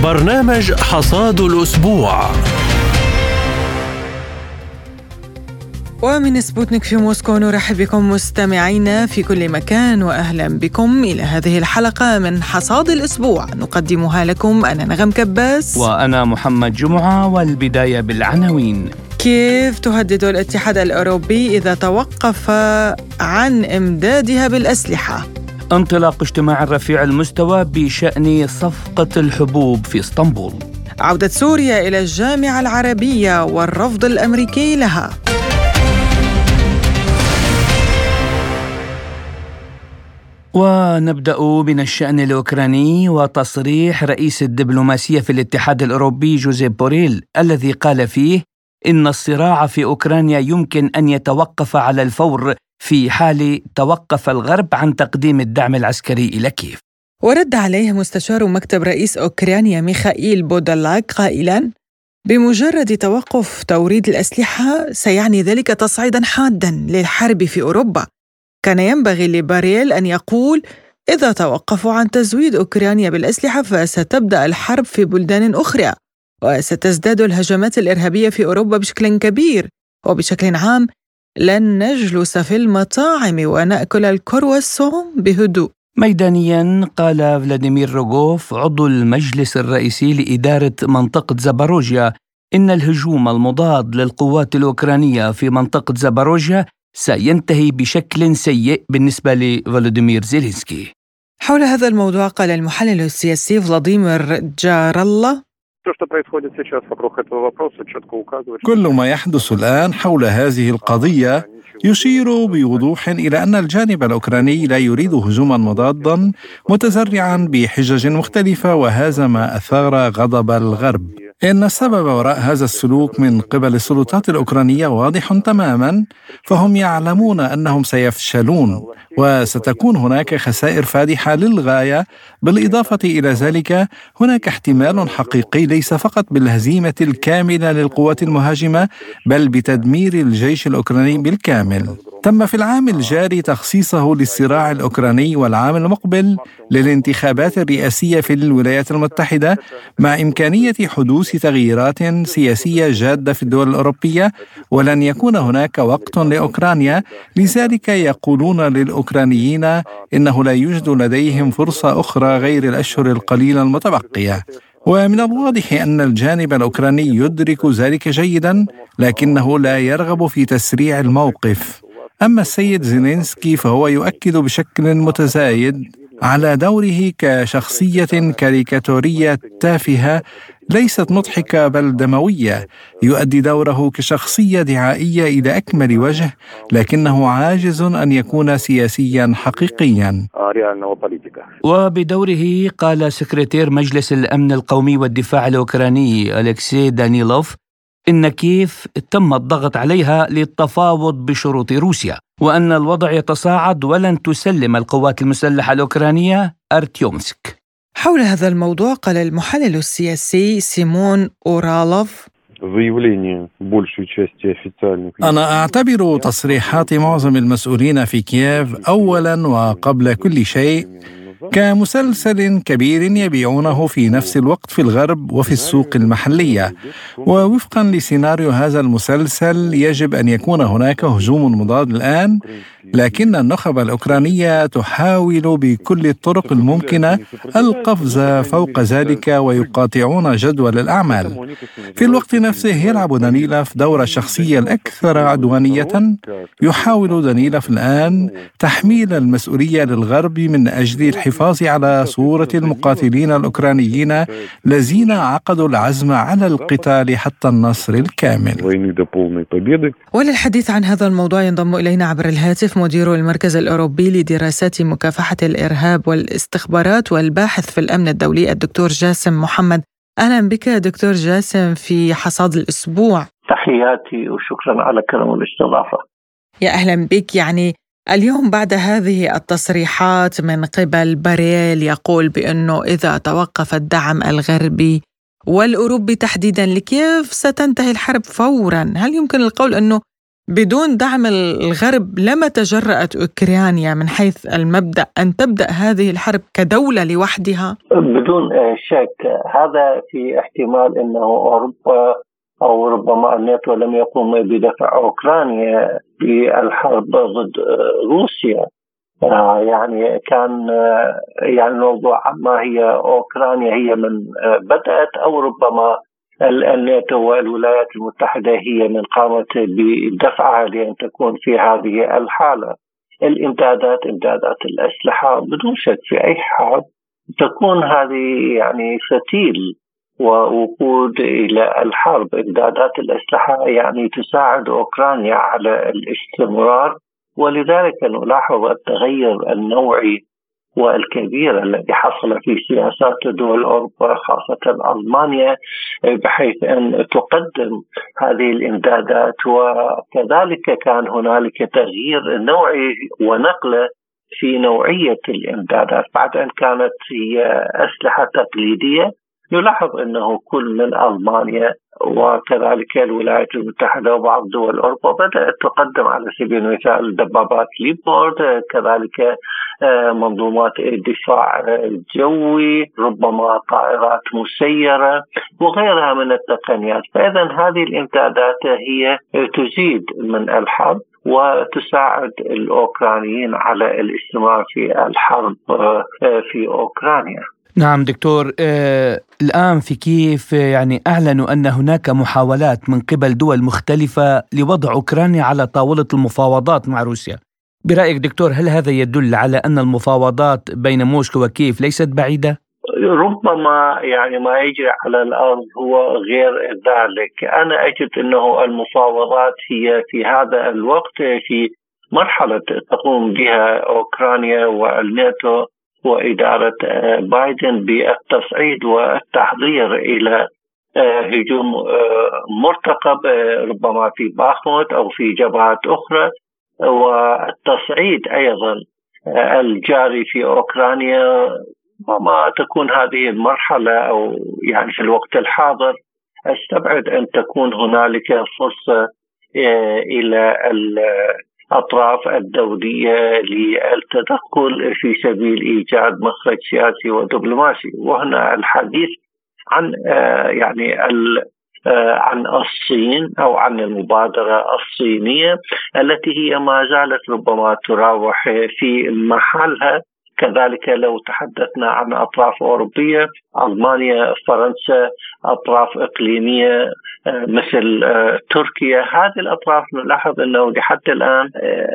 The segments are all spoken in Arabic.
برنامج حصاد الأسبوع. ومن سبوتنيك في موسكو نرحب بكم مستمعينا في كل مكان، وأهلا بكم إلى هذه الحلقة من حصاد الأسبوع، نقدمها لكم أنا نغم كباس وأنا محمد جمعة. والبداية بالعناوين. كيف تهدد الاتحاد الأوروبي إذا توقف عن إمدادها بالأسلحة؟ انطلاق اجتماع رفيع المستوى بشأن صفقة الحبوب في اسطنبول. عودة سوريا إلى الجامعة العربية والرفض الأمريكي لها. ونبدأ من الشأن الأوكراني وتصريح رئيس الدبلوماسية في الاتحاد الأوروبي جوزيب بوريل الذي قال فيه إن الصراع في أوكرانيا يمكن أن يتوقف على الفور في حال توقف الغرب عن تقديم الدعم العسكري إلى كييف. ورد عليه مستشار مكتب رئيس أوكرانيا ميخائيل بودلاك قائلاً: بمجرد توقف توريد الأسلحة سيعني ذلك تصعيداً حاداً للحرب في أوروبا. كان ينبغي لباريل أن يقول: إذا توقفوا عن تزويد أوكرانيا بالأسلحة فستبدأ الحرب في بلدان أخرى، وستزداد الهجمات الإرهابية في أوروبا بشكل كبير، وبشكل عام لن نجلس في المطاعم ونأكل الكرواسون بهدوء. ميدانيا قال فلاديمير روغوف عضو المجلس الرئيسي لإدارة منطقة زاباروجيا إن الهجوم المضاد للقوات الأوكرانية في منطقة زاباروجيا سينتهي بشكل سيء بالنسبة لفلاديمير زيلينسكي. حول هذا الموضوع قال المحلل السياسي فلاديمير جارالله: كل ما يحدث الآن حول هذه القضية يشير بوضوح إلى أن الجانب الأوكراني لا يريد هجوما مضادا متزرعا بحجج مختلفة، وهذا ما أثار غضب الغرب. إن السبب وراء هذا السلوك من قبل السلطات الأوكرانية واضح تماما، فهم يعلمون أنهم سيفشلون وستكون هناك خسائر فادحة للغاية. بالإضافة إلى ذلك هناك احتمال حقيقي ليس فقط بالهزيمة الكاملة للقوات المهاجمة بل بتدمير الجيش الأوكراني بالكامل. تم في العام الجاري تخصيصه للصراع الأوكراني، والعام المقبل للانتخابات الرئاسية في الولايات المتحدة، مع إمكانية حدوث تغييرات سياسية جادة في الدول الأوروبية، ولن يكون هناك وقت لأوكرانيا. لذلك يقولون للأوكرانيين إنه لا يوجد لديهم فرصة أخرى غير الأشهر القليلة المتبقية. ومن الواضح أن الجانب الأوكراني يدرك ذلك جيدا، لكنه لا يرغب في تسريع الموقف. أما السيد زيلينسكي فهو يؤكد بشكل متزايد على دوره كشخصية كاريكاتورية تافهة ليست مضحكة بل دموية، يؤدي دوره كشخصية دعائية إلى أكمل وجه، لكنه عاجز أن يكون سياسيا حقيقيا. وبدوره قال سكرتير مجلس الأمن القومي والدفاع الأوكراني أليكسي دانيلوف إن كييف تم الضغط عليها للتفاوض بشروط روسيا، وأن الوضع يتصاعد ولن تسلم القوات المسلحة الأوكرانية أرتيومسك. حول هذا الموضوع قال المحلل السياسي سيمون أورالوف: أنا أعتبر تصريحات معظم المسؤولين في كييف أولا وقبل كل شيء كمسلسل كبير يبيعونه في نفس الوقت في الغرب وفي السوق المحلية. ووفقا لسيناريو هذا المسلسل يجب أن يكون هناك هجوم مضاد الآن، لكن النخبة الأوكرانية تحاول بكل الطرق الممكنة القفز فوق ذلك ويقاطعون جدول الأعمال. في الوقت نفسه يلعب دانيلوف دور الشخصية الأكثر عدوانية. يحاول دانيلوف الآن تحميل المسؤولية للغرب من أجل الحفاظ على صورة المقاتلين الأوكرانيين الذين عقدوا العزم على القتال حتى النصر الكامل. وللحديث عن هذا الموضوع ينضم إلينا عبر الهاتف مدير المركز الأوروبي لدراسات مكافحة الإرهاب والاستخبارات والباحث في الأمن الدولي الدكتور جاسم محمد. أهلا بك دكتور جاسم في حصاد الأسبوع. تحياتي وشكرا على كرم الاستضافة. يا أهلا بك. يعني اليوم بعد هذه التصريحات من قبل باريل يقول بأنه إذا توقف الدعم الغربي والأوروبي تحديدا لكييف ستنتهي الحرب فورا، هل يمكن القول أنه بدون دعم الغرب لما تجرأت أوكرانيا من حيث المبدأ أن تبدأ هذه الحرب كدولة لوحدها؟ بدون شك هذا في احتمال أنه أوروبا أو ربما الناتو لم يقوم بدفع أوكرانيا بالحرب ضد روسيا. يعني كان يعني الموضوع ما هي أوكرانيا هي من بدأت، أو ربما الناتو والولايات المتحدة هي من قامت بدفعها لأن تكون في هذه الحالة. الإمدادات، إمدادات الأسلحة بدون شك في أي حرب تكون هذه يعني فتيل ووقود إلى الحرب. إمدادات الأسلحة يعني تساعد أوكرانيا على الاستمرار، ولذلك نلاحظ التغير النوعي والكبير الذي حصل في سياسات دول أوروبا خاصة ألمانيا، بحيث أن تقدم هذه الإمدادات، وكذلك كان هنالك تغيير نوعي ونقلة في نوعية الإمدادات. بعد أن كانت هي أسلحة تقليدية، نلاحظ أنه كل من ألمانيا وكذلك الولايات المتحدة وبعض دول أوروبا بدأت تقدم على سبيل المثال دبابات ليبورد، كذلك منظومات الدفاع الجوي، ربما طائرات مسيرة وغيرها من التقنيات. فإذا هذه الإمدادات هي تزيد من الحرب وتساعد الأوكرانيين على الاستمرار في الحرب في أوكرانيا. نعم دكتور، الآن في كييف يعني أعلنوا أن هناك محاولات من قبل دول مختلفة لوضع أوكرانيا على طاولة المفاوضات مع روسيا. برأيك دكتور، هل هذا يدل على أن المفاوضات بين موسكو وكييف ليست بعيدة؟ ربما يعني ما يجري على الأرض هو غير ذلك. أنا أجد أنه المفاوضات هي في هذا الوقت في مرحلة تقوم بها أوكرانيا والناتو وإدارة بايدن بالتصعيد والتحضير إلى هجوم مرتقب ربما في باخموت أو في جبهات أخرى، والتصعيد أيضا الجاري في أوكرانيا. وما تكون هذه المرحلة أو يعني في الوقت الحاضر أستبعد أن تكون هنالك فرصة إلى الأطراف الدولية للتدخل في سبيل إيجاد مخرج سياسي ودبلوماسي. وهنا الحديث عن يعني عن الصين أو عن المبادرة الصينية التي هي ما زالت ربما تراوح في محلها. كذلك لو تحدثنا عن أطراف أوروبية، ألمانيا، فرنسا، أطراف إقليمية مثل تركيا، هذه الأطراف نلاحظ أنه لحد الآن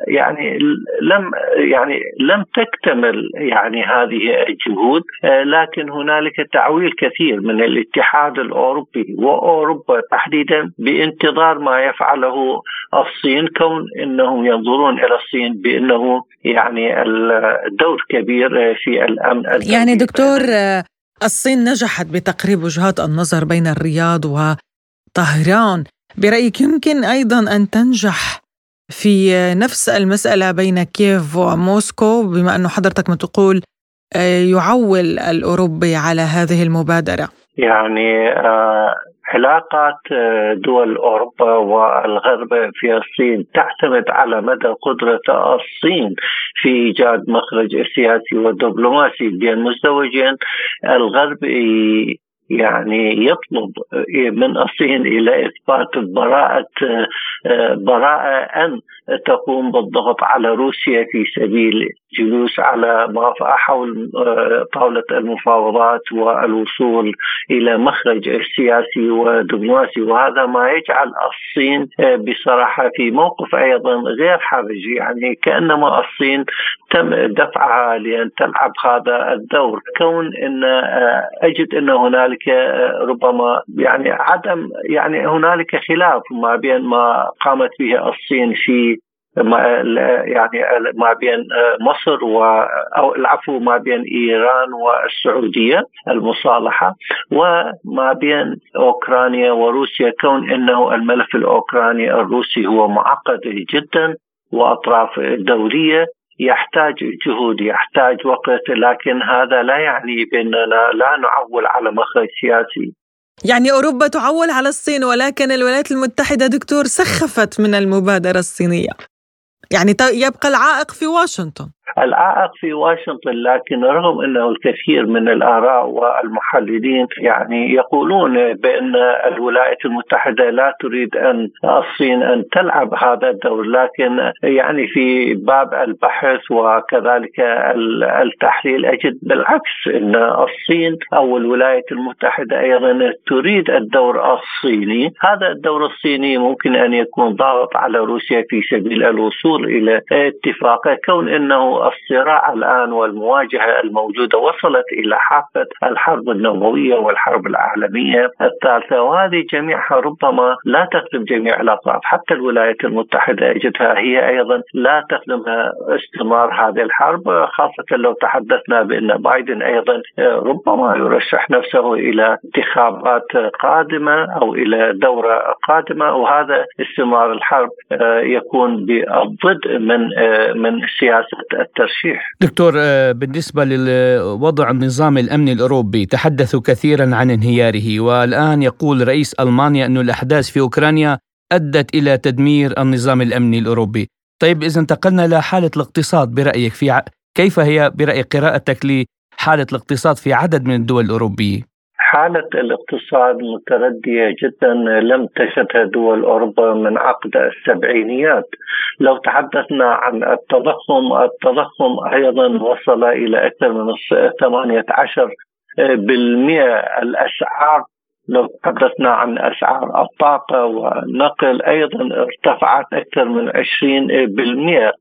لم تكتمل يعني هذه الجهود، لكن هنالك تعويل كثير من الاتحاد الأوروبي وأوروبا تحديدا بانتظار ما يفعله الصين، كون أنهم ينظرون إلى الصين بأنه يعني الدور كبير في الأمن. يعني دكتور، الصين نجحت بتقريب وجهات النظر بين الرياض وطهران، برأيك يمكن أيضا أن تنجح في نفس المسألة بين كييف وموسكو، بما أنه حضرتك ما تقول يعول الأوروبي على هذه المبادرة؟ يعني علاقات دول أوروبا والغرب في الصين تعتمد على مدى قدرة الصين في إيجاد مخرج سياسي ودبلوماسي بين مزدوجين. الغرب يعني يطلب من الصين إلى إثبات براءة أن تقوم بالضغط على روسيا في سبيل جلوس على حول طاولة المفاوضات والوصول إلى مخرج سياسي ودبلوماسي. وهذا ما يجعل الصين بصراحة في موقف أيضا غير حرج، يعني كأنما الصين تم دفعها لأن تلعب هذا الدور، كون أن أجد أن هنالك ربما يعني هنالك خلاف ما بين ما قامت به الصين في ما بين مصر أو العفو ما بين إيران والسعودية المصالحة، وما بين أوكرانيا وروسيا، كون أنه الملف الأوكراني الروسي هو معقد جدا وأطراف دولية، يحتاج جهود، يحتاج وقت، لكن هذا لا يعني بأننا لا نعول على مخرج سياسي يعني أوروبا تعول على الصين، ولكن الولايات المتحدة دكتور سخفت من المبادرة الصينية، يعني يبقى العائق في واشنطن. العائق في واشنطن، لكن رغم أنه الكثير من الآراء والمحللين يعني يقولون بأن الولايات المتحدة لا تريد أن الصين أن تلعب هذا الدور، لكن يعني في باب البحث وكذلك التحليل أجد بالعكس أن الصين أو الولايات المتحدة أيضا تريد الدور الصيني. هذا الدور الصيني ممكن أن يكون ضاغط على روسيا في سبيل الوصول إلى اتفاق، كون أنه الصراع الآن والمواجهة الموجودة وصلت إلى حافة الحرب النووية والحرب العالمية الثالثة، وهذه جميعها ربما لا تخدم جميع الأطراف. حتى الولايات المتحدة أجدها هي أيضا لا تخدمها استمرار هذه الحرب، خاصة لو تحدثنا بأن بايدن أيضا ربما يرشح نفسه إلى انتخابات قادمة أو إلى دورة قادمة، وهذا استمرار الحرب يكون بالضد من سياسة الترشيح. دكتور، بالنسبة لوضع النظام الأمني الأوروبي تحدثوا كثيرا عن انهياره، والآن يقول رئيس ألمانيا أن الأحداث في أوكرانيا أدت إلى تدمير النظام الأمني الأوروبي. طيب، إذا انتقلنا لحالة الاقتصاد برأيك، كيف هي برأي قراءتك لحالة الاقتصاد في عدد من الدول الأوروبية؟ حالة الاقتصاد متردية جدا لم تشهدها دول أوروبا من عقد السبعينيات. لو تحدثنا عن التضخم أيضا وصل إلى أكثر من 18%. الأسعار، لو تحدثنا عن أسعار الطاقة والنقل أيضا ارتفعت أكثر من 20%.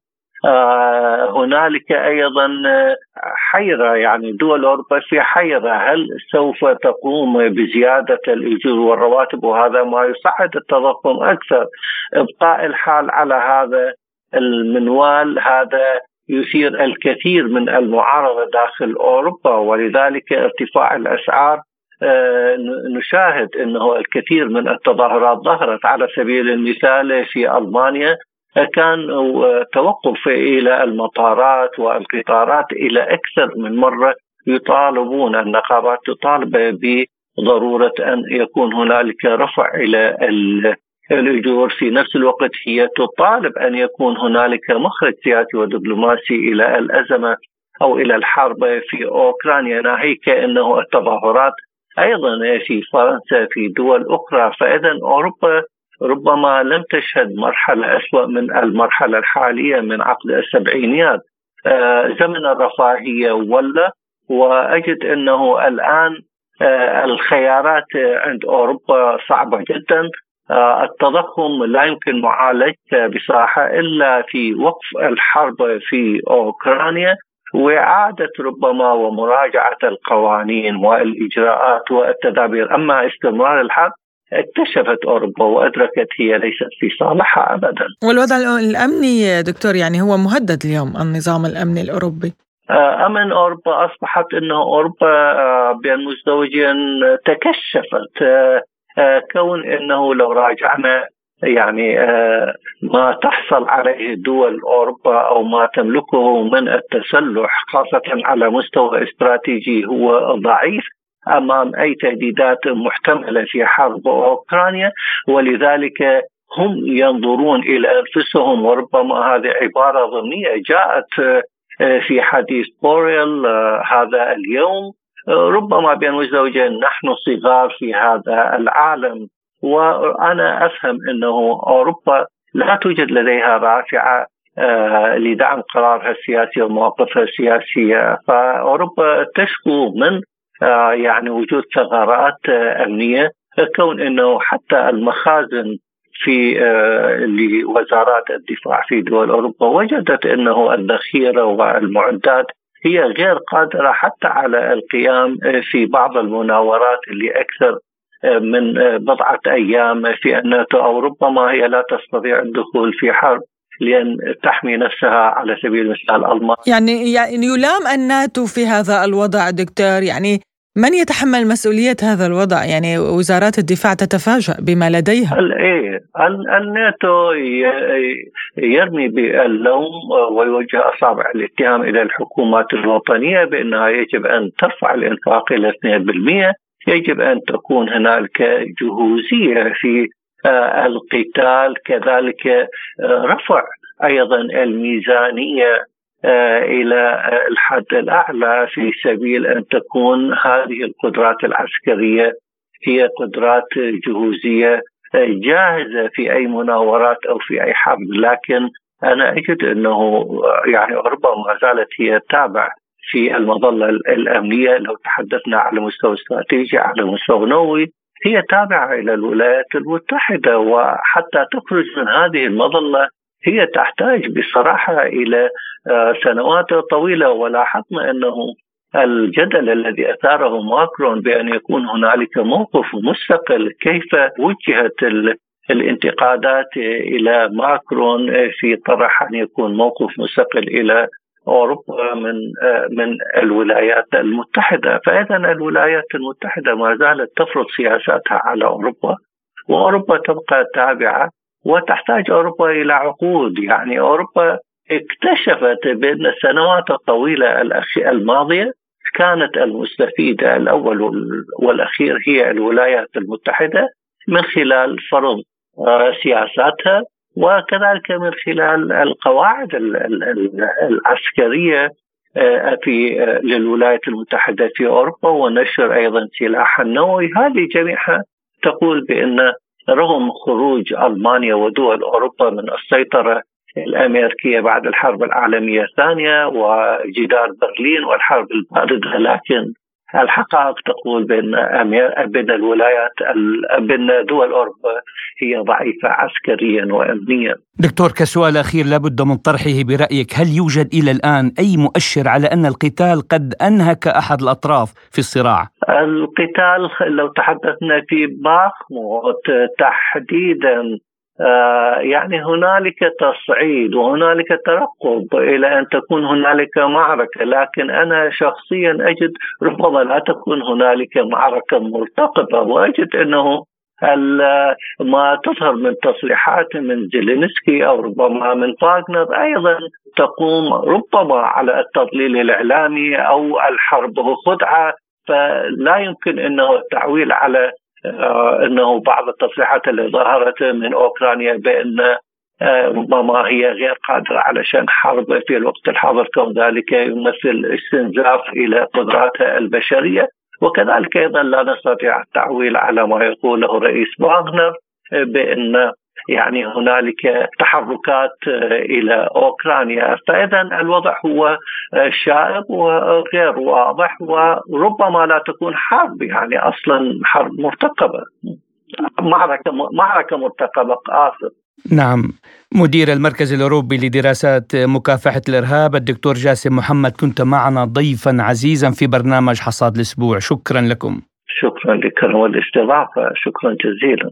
هنالك أيضا حيرة، يعني دول أوروبا في حيرة، هل سوف تقوم بزيادة الأجور والرواتب، وهذا ما يصعد التضخم أكثر. إبقاء الحال على هذا المنوال هذا يثير الكثير من المعارضة داخل أوروبا، ولذلك ارتفاع الأسعار نشاهد أنه الكثير من التظاهرات ظهرت. على سبيل المثال في ألمانيا كان توقف إلى المطارات والقطارات إلى أكثر من مرة، يطالبون النقابات تطالب بضرورة أن يكون هنالك رفع إلى الأجور. في نفس الوقت هي تطالب أن يكون هنالك مخرج سياسي ودبلوماسي إلى الأزمة أو إلى الحرب في أوكرانيا، ناهيك أنه التظاهرات أيضا في فرنسا في دول أخرى. فإذا أوروبا ربما لم تشهد مرحلة أسوأ من المرحلة الحالية من عقد السبعينيات. زمن الرفاهية وأجد أنه الآن الخيارات عند أوروبا صعبة جدا. التضخم لا يمكن معالجته بصراحة إلا في وقف الحرب في أوكرانيا وإعادة ربما ومراجعة القوانين والإجراءات والتدابير. أما استمرار الحرب اكتشفت أوروبا وأدركت هي ليست في صالحها أبدا. والوضع الأمني دكتور، يعني هو مهدد اليوم النظام الأمني الأوروبي. أمن أوروبا أصبحت أنه أوروبا بين مزدوجين تكشفت، كون أنه لو راجعنا يعني ما تحصل عليه دول أوروبا أو ما تملكه من التسلح خاصة على مستوى استراتيجي هو ضعيف أمام أي تهديدات محتملة في حرب أوكرانيا، ولذلك هم ينظرون إلى أنفسهم. وربما هذه عبارة ضمنية جاءت في حديث بوريل هذا اليوم، ربما بين مزدوجين نحن صغار في هذا العالم. وأنا أفهم أنه أوروبا لا توجد لديها رافعة لدعم قرارها السياسي ومواقفها السياسية، فأوروبا تشكو من يعني وجود ثغرات أمنية، كون أنه حتى المخازن في لوزارات الدفاع في دول أوروبا وجدت أنه الذخيرة والمعدات هي غير قادرة حتى على القيام في بعض المناورات اللي أكثر من بضعة أيام في الناتو، أو ربما هي لا تستطيع الدخول في حرب لأن تحمي نفسها على سبيل المثال ألمانيا. يعني يلام الناتو في هذا الوضع دكتور، يعني من يتحمل مسؤولية هذا الوضع؟ يعني وزارات الدفاع تتفاجأ بما لديها. الناتو يرمي باللوم ويوجه أصابع الاتهام إلى الحكومات الوطنية بأنها يجب أن ترفع الإنفاق إلى 2%. يجب أن تكون هنالك جهوزية في القتال، كذلك رفع أيضا الميزانية إلى الحد الأعلى في سبيل أن تكون هذه القدرات العسكرية هي قدرات جهوزية جاهزة في أي مناورات أو في أي حرب. لكن أنا أجد أنه يعني أوروبا ما زالت هي تابع في المظلة الأمنية. لو تحدثنا على مستوى استراتيجي، على مستوى نووي، هي تابعة إلى الولايات المتحدة، وحتى تخرج من هذه المظلة هي تحتاج بصراحة إلى سنوات طويلة. ولاحظنا أنه الجدل الذي أثاره ماكرون بأن يكون هنالك موقف مستقل، كيف وجهت الانتقادات إلى ماكرون في طرح أن يكون موقف مستقل إلى أوروبا من الولايات المتحدة. فإذا الولايات المتحدة ما زالت تفرض سياساتها على أوروبا، وأوروبا تبقى تابعة، وتحتاج أوروبا إلى عقود. يعني أوروبا اكتشفت بأن السنوات الطويلة الماضية كانت المستفيدة الأول والأخير هي الولايات المتحدة من خلال فرض سياساتها، وكذلك من خلال القواعد العسكرية للولايات المتحدة في أوروبا، ونشر أيضا سلاح النووي. هذه جميعها تقول بأن رغم خروج ألمانيا ودول أوروبا من السيطرة الأمريكية بعد الحرب العالمية الثانية وجدار برلين والحرب الباردة، لكن الحقائق تقول بأن الولايات بأن دول أوروبا هي ضعيفة عسكريا وأمنيا. دكتور، كسؤال أخير لابد من طرحه برأيك، هل يوجد إلى الآن أي مؤشر على أن القتال قد أنهك أحد الأطراف في الصراع؟ القتال لو تحدثنا في باخموت تحديدا، يعني هنالك تصعيد وهنالك ترقب إلى أن تكون هنالك معركة، لكن أنا شخصيا أجد ربما لا تكون هنالك معركة مرتقبة. وأجد أنه ما تظهر من تصريحات من زيلينسكي أو ربما من فاغنر أيضا تقوم ربما على التضليل الإعلامي أو الحرب خدعة. فلا يمكن أنه التعويل على أنه بعض التصريحات اللي ظهرت من أوكرانيا بأن ربما هي غير قادرة علشان حرب في الوقت الحاضر، كون ذلك يمثل استنزاف إلى قدراتها البشرية. وكذلك أيضا لا نستطيع التعويل على ما يقوله رئيس واغنر بأن يعني هنالك تحركات إلى أوكرانيا. فإذا الوضع هو شائب وغير واضح، وربما لا تكون حرب يعني أصلا حرب مرتقبة، معركة مرتقبة آسف. نعم. مدير المركز الأوروبي لدراسات مكافحة الإرهاب الدكتور جاسم محمد، كنت معنا ضيفا عزيزا في برنامج حصاد الأسبوع، شكرا لكم. شكرا لك والاستضافة، شكرا جزيلا.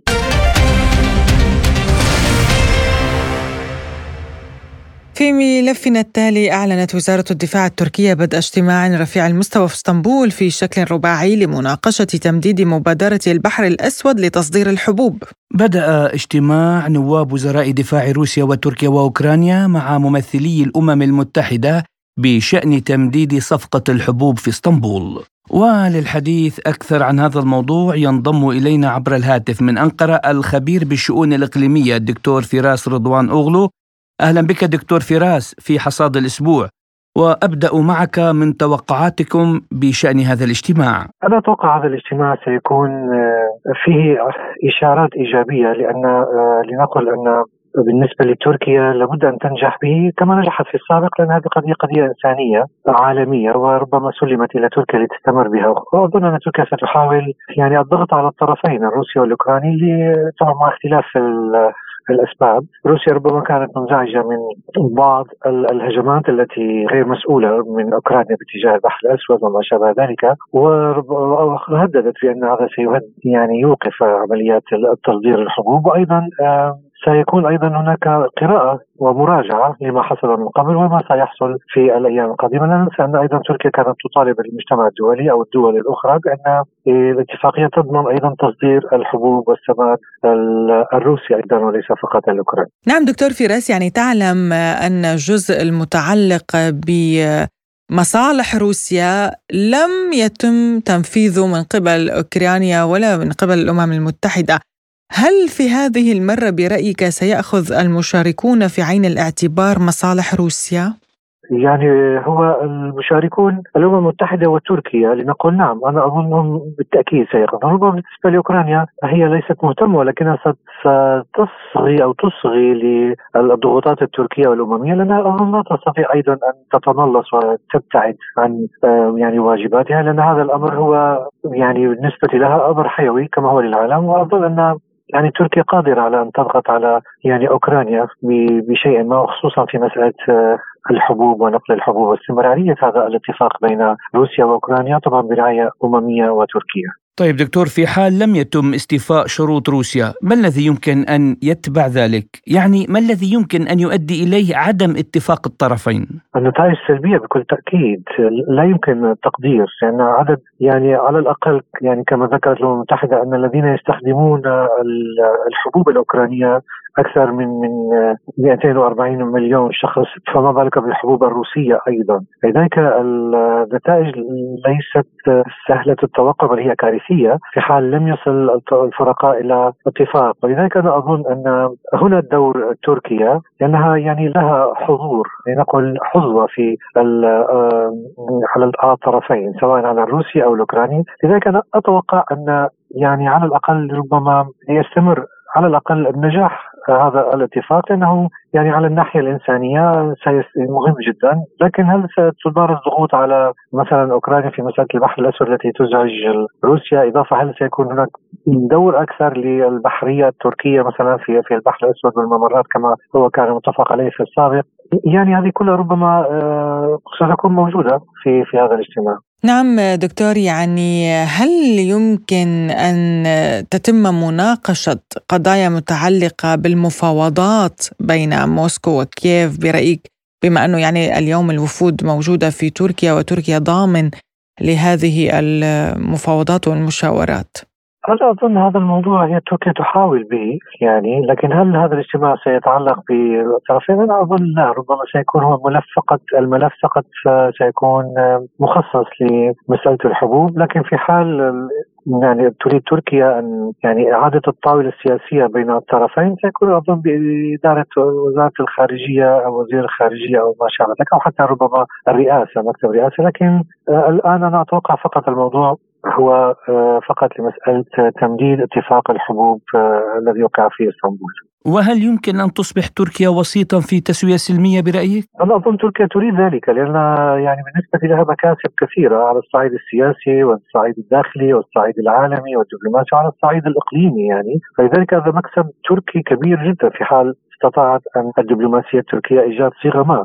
في ملفنا التالي، أعلنت وزارة الدفاع التركية بدء اجتماع رفيع المستوى في اسطنبول في شكل رباعي لمناقشة تمديد مبادرة البحر الأسود لتصدير الحبوب. بدأ اجتماع نواب وزراء دفاع روسيا وتركيا وأوكرانيا مع ممثلي الأمم المتحدة بشأن تمديد صفقة الحبوب في اسطنبول. وللحديث أكثر عن هذا الموضوع ينضم إلينا عبر الهاتف من أنقرة الخبير بالشؤون الإقليمية الدكتور فراس رضوان أوغلو. أهلا بك دكتور فراس في حصاد الأسبوع، وأبدأ معك من توقعاتكم بشأن هذا الاجتماع. أنا أتوقع هذا الاجتماع سيكون فيه إشارات إيجابية، لأن لنقل أن بالنسبة لتركيا لابد أن تنجح به كما نجحت في السابق، لأن هذه قضية إنسانية عالمية وربما سلمت إلى تركيا لتستمر بها. وأظن أن تركيا ستحاول يعني الضغط على الطرفين الروسي والأوكراني مع اختلاف الأسباب. روسيا ربما كانت منزعجة من بعض الهجمات التي غير مسؤولة من أوكرانيا باتجاه البحر الأسود وما شابه ذلك، وهددت بأن هذا يعني يوقف عمليات تصدير الحبوب. وأيضا سيكون أيضا هناك قراءة ومراجعة لما حصل من قبل وما سيحصل في الأيام القادمة. لا ننسى أن أيضا تركيا كانت تطالب المجتمع الدولي أو الدول الأخرى بأن الاتفاقية تضمن أيضا تصدير الحبوب والسماد الروسي أيضا وليس فقط الأوكراني. نعم دكتور فراس، يعني تعلم أن الجزء المتعلق مصالح روسيا لم يتم تنفيذه من قبل أوكرانيا ولا من قبل الأمم المتحدة. هل في هذه المرة برأيك سيأخذ المشاركون في عين الاعتبار مصالح روسيا؟ يعني هو المشاركون الأمم المتحدة وتركيا لنقول نعم، أنا أظنهم بالتأكيد سيأخذون. ربما بالنسبة لأوكرانيا هي ليست مهتمة، ولكنها ستصغي أو تصغي للضغوطات التركية والأممية، لأنها أظن لا تستطيع أيضا أن تتملص وتبتعد عن يعني واجباتها، لأن هذا الأمر هو يعني بالنسبة لها أمر حيوي كما هو للعالم. وأظن أن يعني تركيا قادرة على أن تضغط على يعني أوكرانيا بشيء ما، خصوصا في مسألة الحبوب ونقل الحبوب واستمرارية هذا الاتفاق بين روسيا وأوكرانيا، طبعا برعاية أممية وتركيا. طيب دكتور، في حال لم يتم استيفاء شروط روسيا، ما الذي يمكن أن يتبع ذلك؟ يعني ما الذي يمكن أن يؤدي إليه عدم اتفاق الطرفين؟ النتائج سلبية بكل تأكيد، لا يمكن التقدير، لأن عدد يعني على الأقل يعني كما ذكرت الأمم المتحدة أن الذين يستخدمون الحبوب الأوكرانية أكثر من 240 مليون شخص، فما بالك بالحبوب الروسية أيضا. لذلك النتائج ليست سهلة التوقع، بل هي كارثية في حال لم يصل الفرقاء إلى اتفاق. ولذلك أنا أظن أن هنا الدور تركيا، لأنها يعني لها حضور، لنقل حظوة في على الطرفين سواء على الروسي أو الأوكراني. لذلك أنا أتوقع أن يعني على الأقل ربما يستمر على الأقل النجاح هذا الاتفاق، لأنه يعني على الناحية الإنسانية مهم جدا. لكن هل ستمارس ضغوط على مثلا أوكرانيا في مسألة البحر الأسود التي تزعج روسيا؟ إضافة هل سيكون هناك دور أكثر للبحرية التركية مثلا في البحر الأسود والممرات كما هو كان متفق عليه في السابق؟ يعني هذه كلها ربما ستكون موجودة في هذا الاجتماع. نعم دكتور، يعني هل يمكن أن تتم مناقشة قضايا متعلقة بالمفاوضات بين موسكو وكييف برأيك، بما أنه يعني اليوم الوفود موجودة في تركيا وتركيا ضامن لهذه المفاوضات والمشاورات؟ أنا أظن هذا الموضوع هي تركيا تحاول به يعني، لكن هل هذا الاجتماع سيتعلق بالطرفين؟ أنا أظن لا، ربما سيكون هو الملف فقط سيكون مخصص لمسألة الحبوب. لكن في حال يعني تريد تركيا أن يعني إعادة الطاولة السياسية بين الطرفين، سيكون أظن بإدارة وزارة الخارجية أو وزير الخارجية أو ما شابه ذلك، أو حتى ربما الرئاسة، مكتب الرئاسة. لكن الآن أنا أتوقع فقط الموضوع هو فقط لمسألة تمديد اتفاق الحبوب الذي وقع في اسطنبول. وهل يمكن أن تصبح تركيا وسيطا في تسوية سلمية برأيك؟ أنا أظن تركيا تريد ذلك، لأن يعني بالنسبة لها مكاسب كثيرة على الصعيد السياسي والصعيد الداخلي والصعيد العالمي والدبلوماسي وعلى الصعيد الإقليمي يعني. فلذلك هذا مكسب تركي كبير جدا في حال استطاعت أن الدبلوماسية التركية إيجاد صيغة ما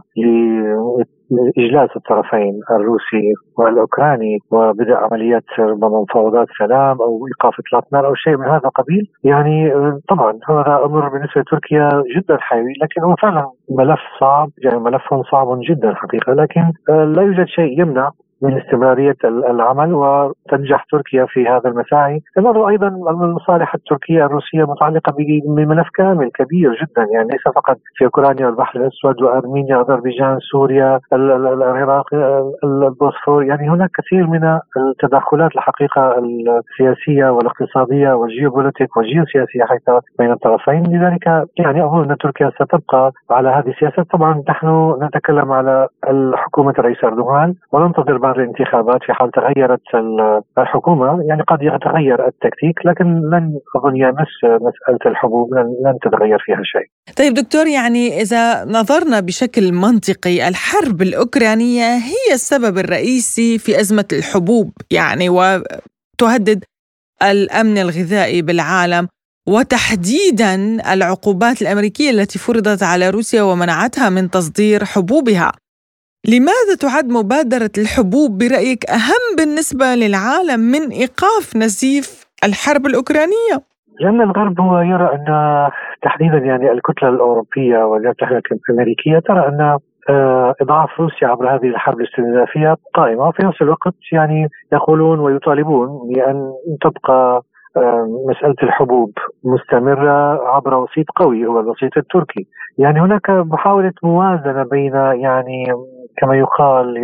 لإجلاس الطرفين الروسي والأوكراني وبدء عمليات مفاوضات سلام أو إيقاف إطلاق نار أو شيء من هذا القبيل. يعني طبعا هذا أمر بالنسبة لتركيا جدا حيوي، لكن هو فعلا ملف صعب، يعني ملف صعب جدا حقيقة. لكن لا يوجد شيء يمنع من استمرارية العمل وتنجح تركيا في هذا المساعي. لأنه أيضا المصالح التركية الروسية متعلقة بملف كامل كبير جدا، يعني ليس فقط في أوكرانيا والبحر الأسود وأرمينيا أذربيجان سوريا العراق البوسفور. يعني هناك كثير من التدخلات الحقيقة السياسية والاقتصادية والجيوبوليتيك والجيوسياسية حتى بين الطرفين. لذلك يعني أظن أن تركيا ستبقى على هذه السياسة. طبعا نحن نتكلم على الحكومة الرئيس أردوغان وننتظر بعد الانتخابات. في حال تغيرت الحكومة يعني قد يتغير التكتيك، لكن لن أظن يمس مسألة الحبوب، لن تتغير فيها شيء. طيب دكتور، يعني إذا نظرنا بشكل منطقي، الحرب الأوكرانية هي السبب الرئيسي في أزمة الحبوب يعني، وتهدد الأمن الغذائي بالعالم، وتحديدا العقوبات الأمريكية التي فرضت على روسيا ومنعتها من تصدير حبوبها. لماذا تعد مبادرة الحبوب برأيك أهم بالنسبة للعالم من إيقاف نزيف الحرب الأوكرانية؟ لأن الغرب هو يرى أن تحديدا يعني الكتلة الأوروبية والولايات المتحدة الأمريكية ترى أن إضعاف روسيا عبر هذه الحرب الاستنزافية قائمة، وفي نفس الوقت يعني يقولون ويطالبون بأن تبقى مسألة الحبوب مستمرة عبر وسيط قوي هو الوسيط التركي. يعني هناك محاولة موازنة بين يعني كما يقال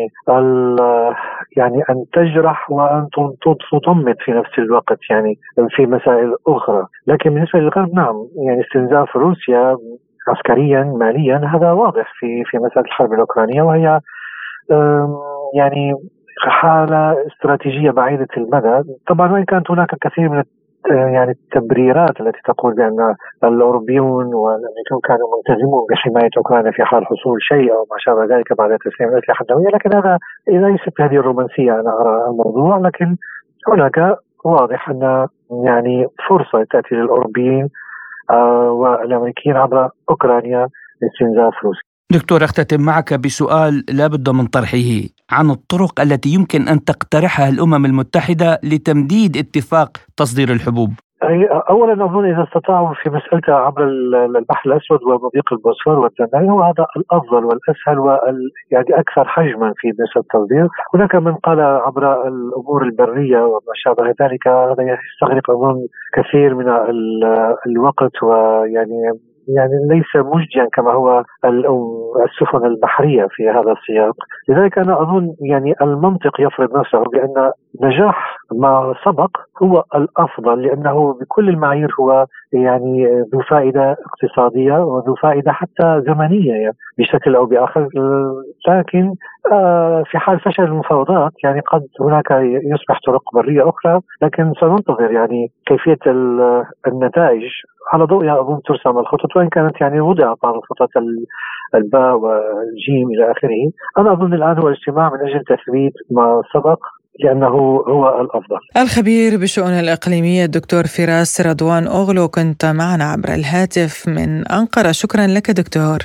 يعني أن تجرح وأن تطمط في نفس الوقت يعني في مسائل أخرى. لكن بالنسبة للغرب نعم، يعني استنزاف روسيا عسكريا ماليا هذا واضح في مسألة الحرب الأوكرانية، وهي يعني حالة استراتيجية بعيدة المدى. طبعا وإن كانت هناك كثير من يعني التبريرات التي تقول بأن الأوروبيون والأمريكان كانوا ملتزمون بحماية أوكرانيا في حال حصول شيء أو ما شابه ذلك بعد تسليم الأسلحة النووية، لكن هذا ليست هذه الرومانسية أنا أرى الموضوع. لكن هناك واضح أن يعني فرصة تأتي للأوروبيين والأمريكيين عبر أوكرانيا لاستنزاف روسيا. دكتور، أختتم معك بسؤال لا بد من طرحه عن الطرق التي يمكن أن تقترحها الأمم المتحدة لتمديد اتفاق تصدير الحبوب. أولا أظن إذا استطاعوا في مسألة عبر البحر الأسود ومضيق البوسفور والدنيل هو هذا الأفضل والأسهل يعني أكثر حجما في مسألة التصدير. هناك من قال عبر الأمور البرية وما شابه ذلك، هذا يستغرق أظن كثير من الوقت، ويعني ليس مجديا كما هو السفن البحرية في هذا السياق. لذلك أنا أظن يعني المنطق يفرض نفسه بأن نجاح ما سبق هو الأفضل، لأنه بكل المعايير هو يعني ذو فائدة اقتصادية وذو فائدة حتى زمنية بشكل أو بآخر. لكن في حال فشل المفاوضات يعني قد هناك يصبح طرق برية أخرى، لكن سننتظر يعني كيفية النتائج. على ضوئها أظن ترسم الخطط، وإن كانت يعني وضعت بعض الخطط الباء والجيم إلى آخره. أنا أظن الآن هو الاجتماع من أجل تثبيت ما سبق لأنه هو الأفضل. الخبير بالشؤون الإقليمية الدكتور فراس رضوان أوغلو كنت معنا عبر الهاتف من أنقرة. شكرا لك دكتور.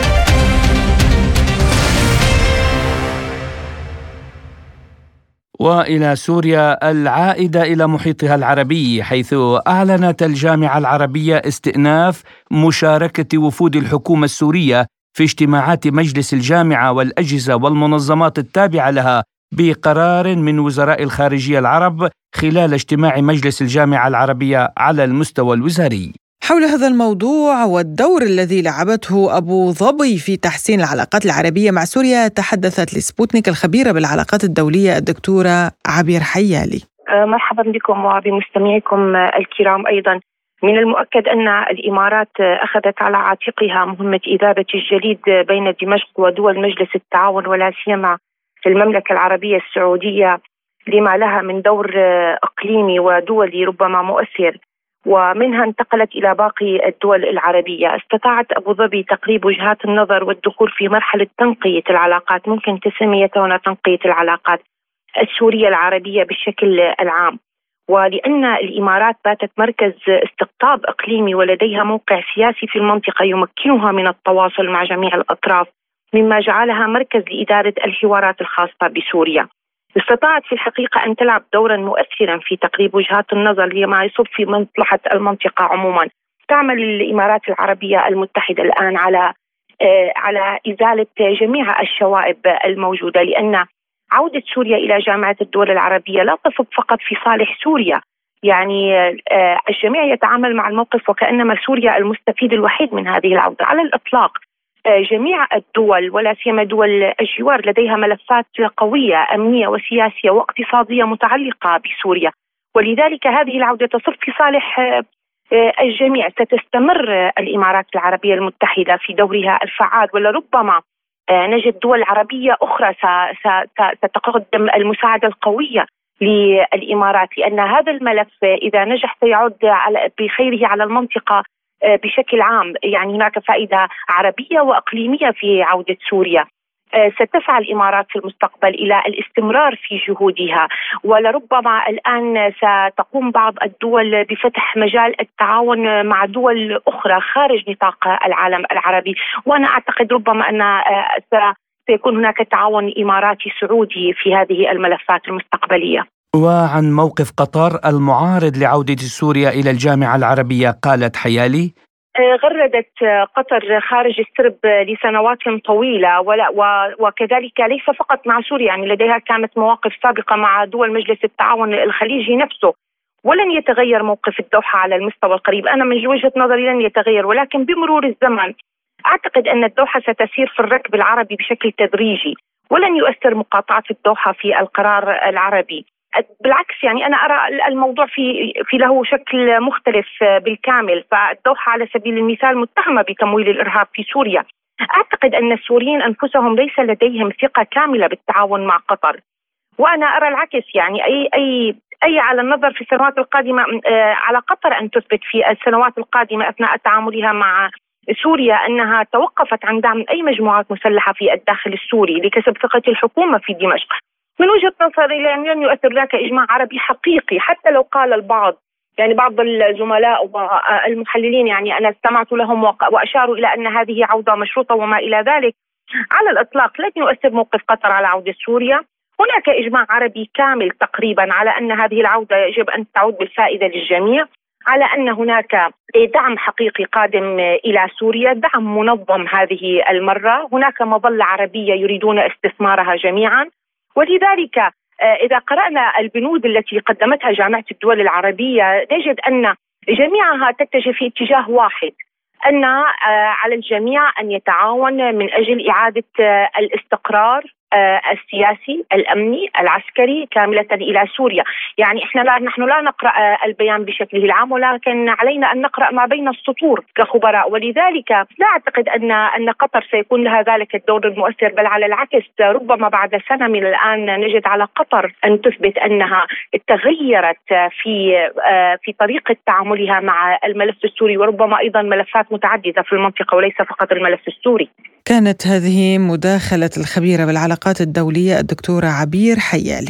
وإلى سوريا العائدة إلى محيطها العربي، حيث أعلنت الجامعة العربية استئناف مشاركة وفود الحكومة السورية في اجتماعات مجلس الجامعة والأجهزة والمنظمات التابعة لها بقرار من وزراء الخارجية العرب خلال اجتماع مجلس الجامعة العربية على المستوى الوزاري. حول هذا الموضوع والدور الذي لعبته أبو ظبي في تحسين العلاقات العربية مع سوريا تحدثت لسبوتنيك الخبيرة بالعلاقات الدولية الدكتورة عبير حيالي. مرحبا بكم وبمستمعيكم الكرام. أيضا من المؤكد أن الإمارات أخذت على عاتقها مهمة إذابة الجليد بين دمشق ودول مجلس التعاون، ولا سيما في المملكة العربية السعودية لما لها من دور إقليمي ودولي ربما مؤثر، ومنها انتقلت إلى باقي الدول العربية. استطاعت أبو ظبي تقريب وجهات النظر والدخول في مرحلة تنقية العلاقات، ممكن تسميتها هنا تنقية العلاقات السورية العربية بشكل العام. ولأن الإمارات باتت مركز استقطاب إقليمي ولديها موقع سياسي في المنطقة يمكنها من التواصل مع جميع الأطراف، مما جعلها مركز لإدارة الحوارات الخاصة بسوريا. استطاعت في الحقيقة أن تلعب دورا مؤثرا في تقريب وجهات النظر لما يصب في مصلحة المنطقة عموما. تعمل الإمارات العربية المتحدة الآن على إزالة جميع الشوائب الموجودة، لأن عودة سوريا إلى جامعة الدول العربية لا تصب فقط في صالح سوريا، يعني الجميع يتعامل مع الموقف وكأنما سوريا المستفيد الوحيد من هذه العودة على الإطلاق. جميع الدول ولا سيما دول الجوار لديها ملفات قوية أمنية وسياسية واقتصادية متعلقة بسوريا، ولذلك هذه العودة تصب في صالح الجميع. ستستمر الإمارات العربية المتحدة في دورها الفعال، ولربما نجد دول عربية أخرى ستقدم المساعدة القوية للإمارات، لأن هذا الملف إذا نجح سيعود بخيره على المنطقة بشكل عام. يعني هناك فائدة عربية وإقليمية في عودة سوريا. ستسعى الإمارات في المستقبل إلى الاستمرار في جهودها، ولربما الآن ستقوم بعض الدول بفتح مجال التعاون مع دول أخرى خارج نطاق العالم العربي، وأنا أعتقد ربما أن سيكون هناك تعاون إماراتي سعودي في هذه الملفات المستقبلية. وعن موقف قطر المعارض لعودة سوريا إلى الجامعة العربية قالت حيالي: غردت قطر خارج السرب لسنوات طويلة، وكذلك ليس فقط مع سوريا، يعني لديها كانت مواقف سابقة مع دول مجلس التعاون الخليجي نفسه، ولن يتغير موقف الدوحة على المستوى القريب. أنا من وجهة نظري لن يتغير، ولكن بمرور الزمن أعتقد أن الدوحة ستسير في الركب العربي بشكل تدريجي، ولن يؤثر مقاطعة الدوحة في القرار العربي. بالعكس، يعني أنا أرى الموضوع في له شكل مختلف بالكامل. فالدوحة على سبيل المثال متهمة بتمويل الإرهاب في سوريا. أعتقد أن السوريين أنفسهم ليس لديهم ثقة كاملة بالتعاون مع قطر، وأنا أرى العكس. يعني أي على النظر في السنوات القادمة، على قطر أن تثبت في السنوات القادمة أثناء تعاملها مع سوريا أنها توقفت عن دعم أي مجموعات مسلحة في الداخل السوري لكسب ثقة الحكومة في دمشق. من وجهة نظري لن يؤثر ذاك إجماع عربي حقيقي، حتى لو قال البعض، يعني بعض الزملاء والمحللين، يعني أنا استمعت لهم وأشاروا إلى أن هذه عودة مشروطة وما إلى ذلك. على الإطلاق لن يؤثر موقف قطر على عودة سوريا. هناك إجماع عربي كامل تقريبا على أن هذه العودة يجب أن تعود بالفائدة للجميع، على أن هناك دعم حقيقي قادم إلى سوريا، دعم منظم هذه المرة. هناك مظلة عربية يريدون استثمارها جميعا، ولذلك إذا قرأنا البنود التي قدمتها جامعة الدول العربية نجد أن جميعها تتجه في اتجاه واحد، أن على الجميع أن يتعاون من أجل إعادة الاستقرار السياسي الأمني العسكري كاملة إلى سوريا. يعني نحن لا نقرأ البيان بشكله العام، ولكن علينا أن نقرأ ما بين السطور كخبراء. ولذلك لا أعتقد أن قطر سيكون لها ذلك الدور المؤثر، بل على العكس ربما بعد سنة من الآن نجد على قطر أن تثبت أنها تغيرت في طريقة تعاملها مع الملف السوري، وربما أيضا ملفات متعددة في المنطقة وليس فقط الملف السوري. كانت هذه مداخلة الخبيرة بالعلاقات الدولية الدكتورة عبير حيالي.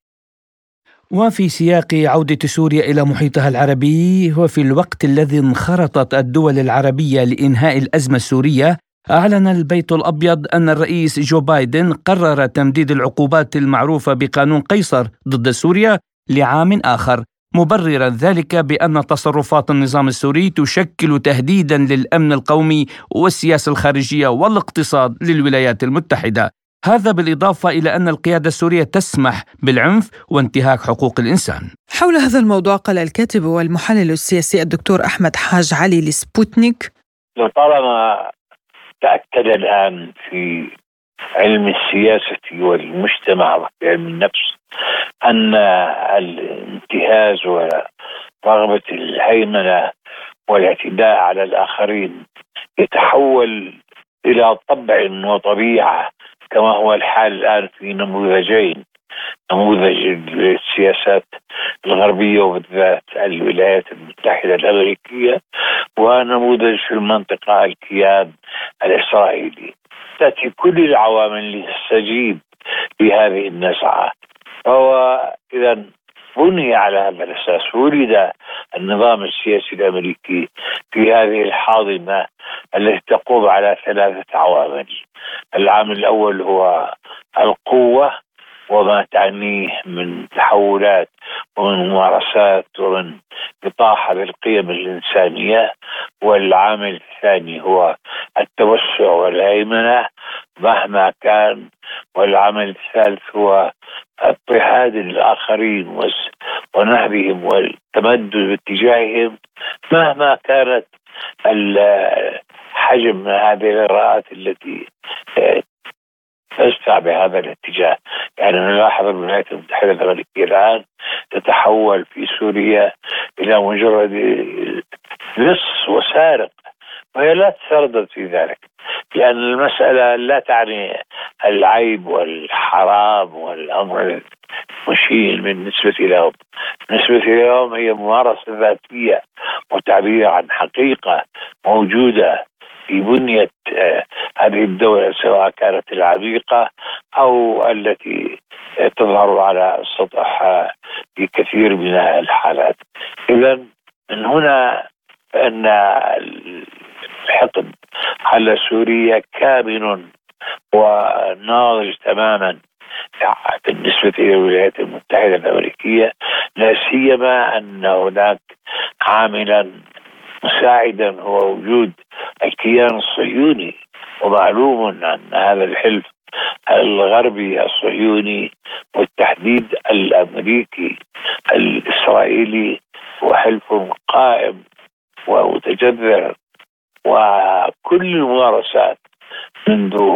وفي سياق عودة سوريا إلى محيطها العربي، وفي الوقت الذي انخرطت الدول العربية لإنهاء الأزمة السورية، أعلن البيت الأبيض أن الرئيس جو بايدن قرر تمديد العقوبات المعروفة بقانون قيصر ضد سوريا لعام آخر، مبررا ذلك بأن تصرفات النظام السوري تشكل تهديدا للأمن القومي والسياسة الخارجية والاقتصاد للولايات المتحدة. هذا بالإضافة إلى أن القيادة السورية تسمح بالعنف وانتهاك حقوق الإنسان. حول هذا الموضوع قال الكاتب والمحلل السياسي الدكتور أحمد حاج علي لسبوتنيك: لطالما تأكد الآن في علم السياسة والمجتمع وفي علم النفس أن الانتهاز ورغبة الهيمنة والاعتداء على الآخرين يتحول إلى طبع وطبيعة، كما هو الحال الآن في نموذجين: نموذج السياسات الغربية وبالذات الولايات المتحدة الأمريكية، ونموذج في المنطقة الكيان الإسرائيلي. تأتي كل العوامل لتستجيب لهذه النزعة. فهو إذا بني على هذا الأساس، ولد النظام السياسي الأمريكي في هذه الحاضنة التي تقوم على 3 عوامل. العامل الأول هو القوة وما تعنيه من تحولات ومن ممارسات ومن إطاحة بالقيم الإنسانية، والعامل الثاني هو التوسع والهيمنة مهما كان، والعامل الثالث هو اضطهاد الآخرين ونهبهم والتمدد باتجاههم مهما كانت الحجم هذه الإغراءات التي تدفع بهذا الاتجاه. يعني نلاحظ الولايات المتحدة الأمريكية الآن تتحول في سوريا إلى مجرد لص وسارق، وهي لا تتردد في ذلك، لأن المسألة لا تعني العيب والحرام والأمر المشين بالنسبة لهم. بالنسبة لهم هي ممارسة ذاتية وتعبير عن حقيقة موجودة في بنية هذه الدولة، سواء كانت العميقة أو التي تظهر على السطح في كثير من الحالات. إذن من هنا أن الحقد على سوريا كامن وناضج تماما بالنسبة إلى الولايات المتحدة الأمريكية، لا سيما أن هناك عاملا مساعدا هو وجود الكيان الصهيوني. ومعلوم أن هذا الحلف الغربي الصهيوني والتحديد الأمريكي الإسرائيلي هو حلف قائم ومتجذر، وكل كل الممارسات منذ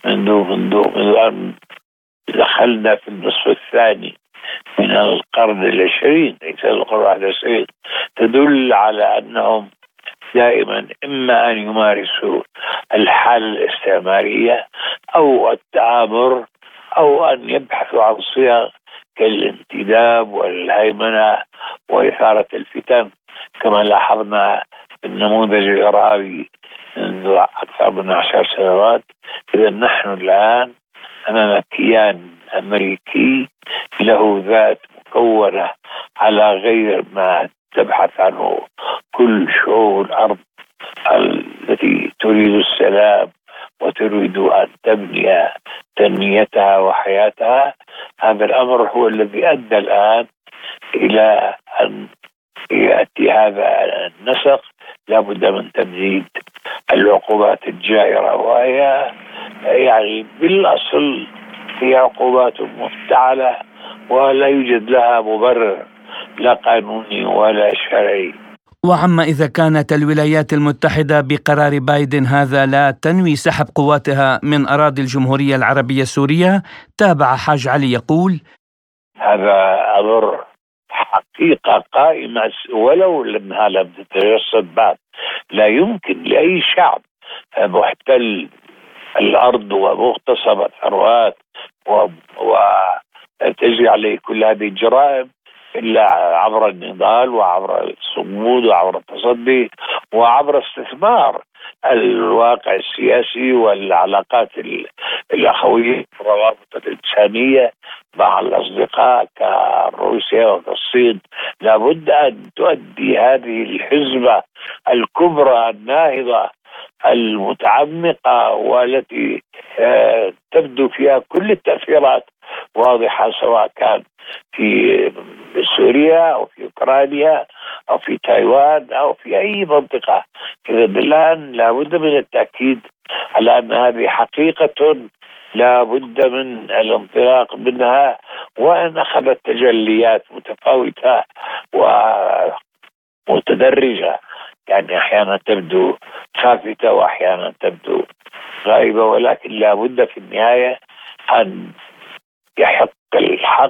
أن دخلنا في النصف الثاني من القرن العشرين، ليس القرن العشرين، تدل على أنهم دائما إما أن يمارسوا الحالة الاستعمارية أو التآمر أو أن يبحثوا عن صيغ كالانتداب والهيمنة وإثارة الفتن، كما لاحظنا في النموذج الإرهابي منذ أكثر من 10 سنوات. إذا نحن الآن أمام كيان أمريكي له ذات مكونة على غير ما تبحث عنه كل شعوب الأرض التي تريد السلام وتريد أن تبني تنميتها وحياتها. هذا الأمر هو الذي أدى الآن إلى أن يأتي هذا النسق. لا بد من تمديد العقوبات الجائرة، وهي يعني بالأصل هي عقوبات مفتعلة ولا يوجد لها مبرر لا قانوني ولا شرعي. وعما إذا كانت الولايات المتحدة بقرار بايدن هذا لا تنوي سحب قواتها من أراضي الجمهورية العربية السورية، تابع حاج علي يقول: هذا أمر حقيقة قائمة ولو لأنها لم تتجسد بعد. لا يمكن لأي شعب محتل الأرض ومغتصب الثروات وتجري عليه كل هذه الجرائم إلا عبر النضال وعبر الصمود وعبر التصدي وعبر استثمار الواقع السياسي والعلاقات الأخوية والروابط الإنسانية مع الأصدقاء كروسيا وكالصين. لابد أن تؤدي هذه الحزبة الكبرى الناهضة المتعمقة والتي تبدو فيها كل التأثيرات واضحة، سواء كان في سوريا أو في أوكرانيا أو في تايوان أو في أي منطقة. إذا الآن لابد من التأكيد على أن هذه حقيقة لابد من الانطلاق منها، وأن أخذت تجليات متفاوتة ومتدرجة، يعني أحيانا تبدو خافتة وأحيانا تبدو غائبة، ولكن لابد في النهاية أن يحق الحق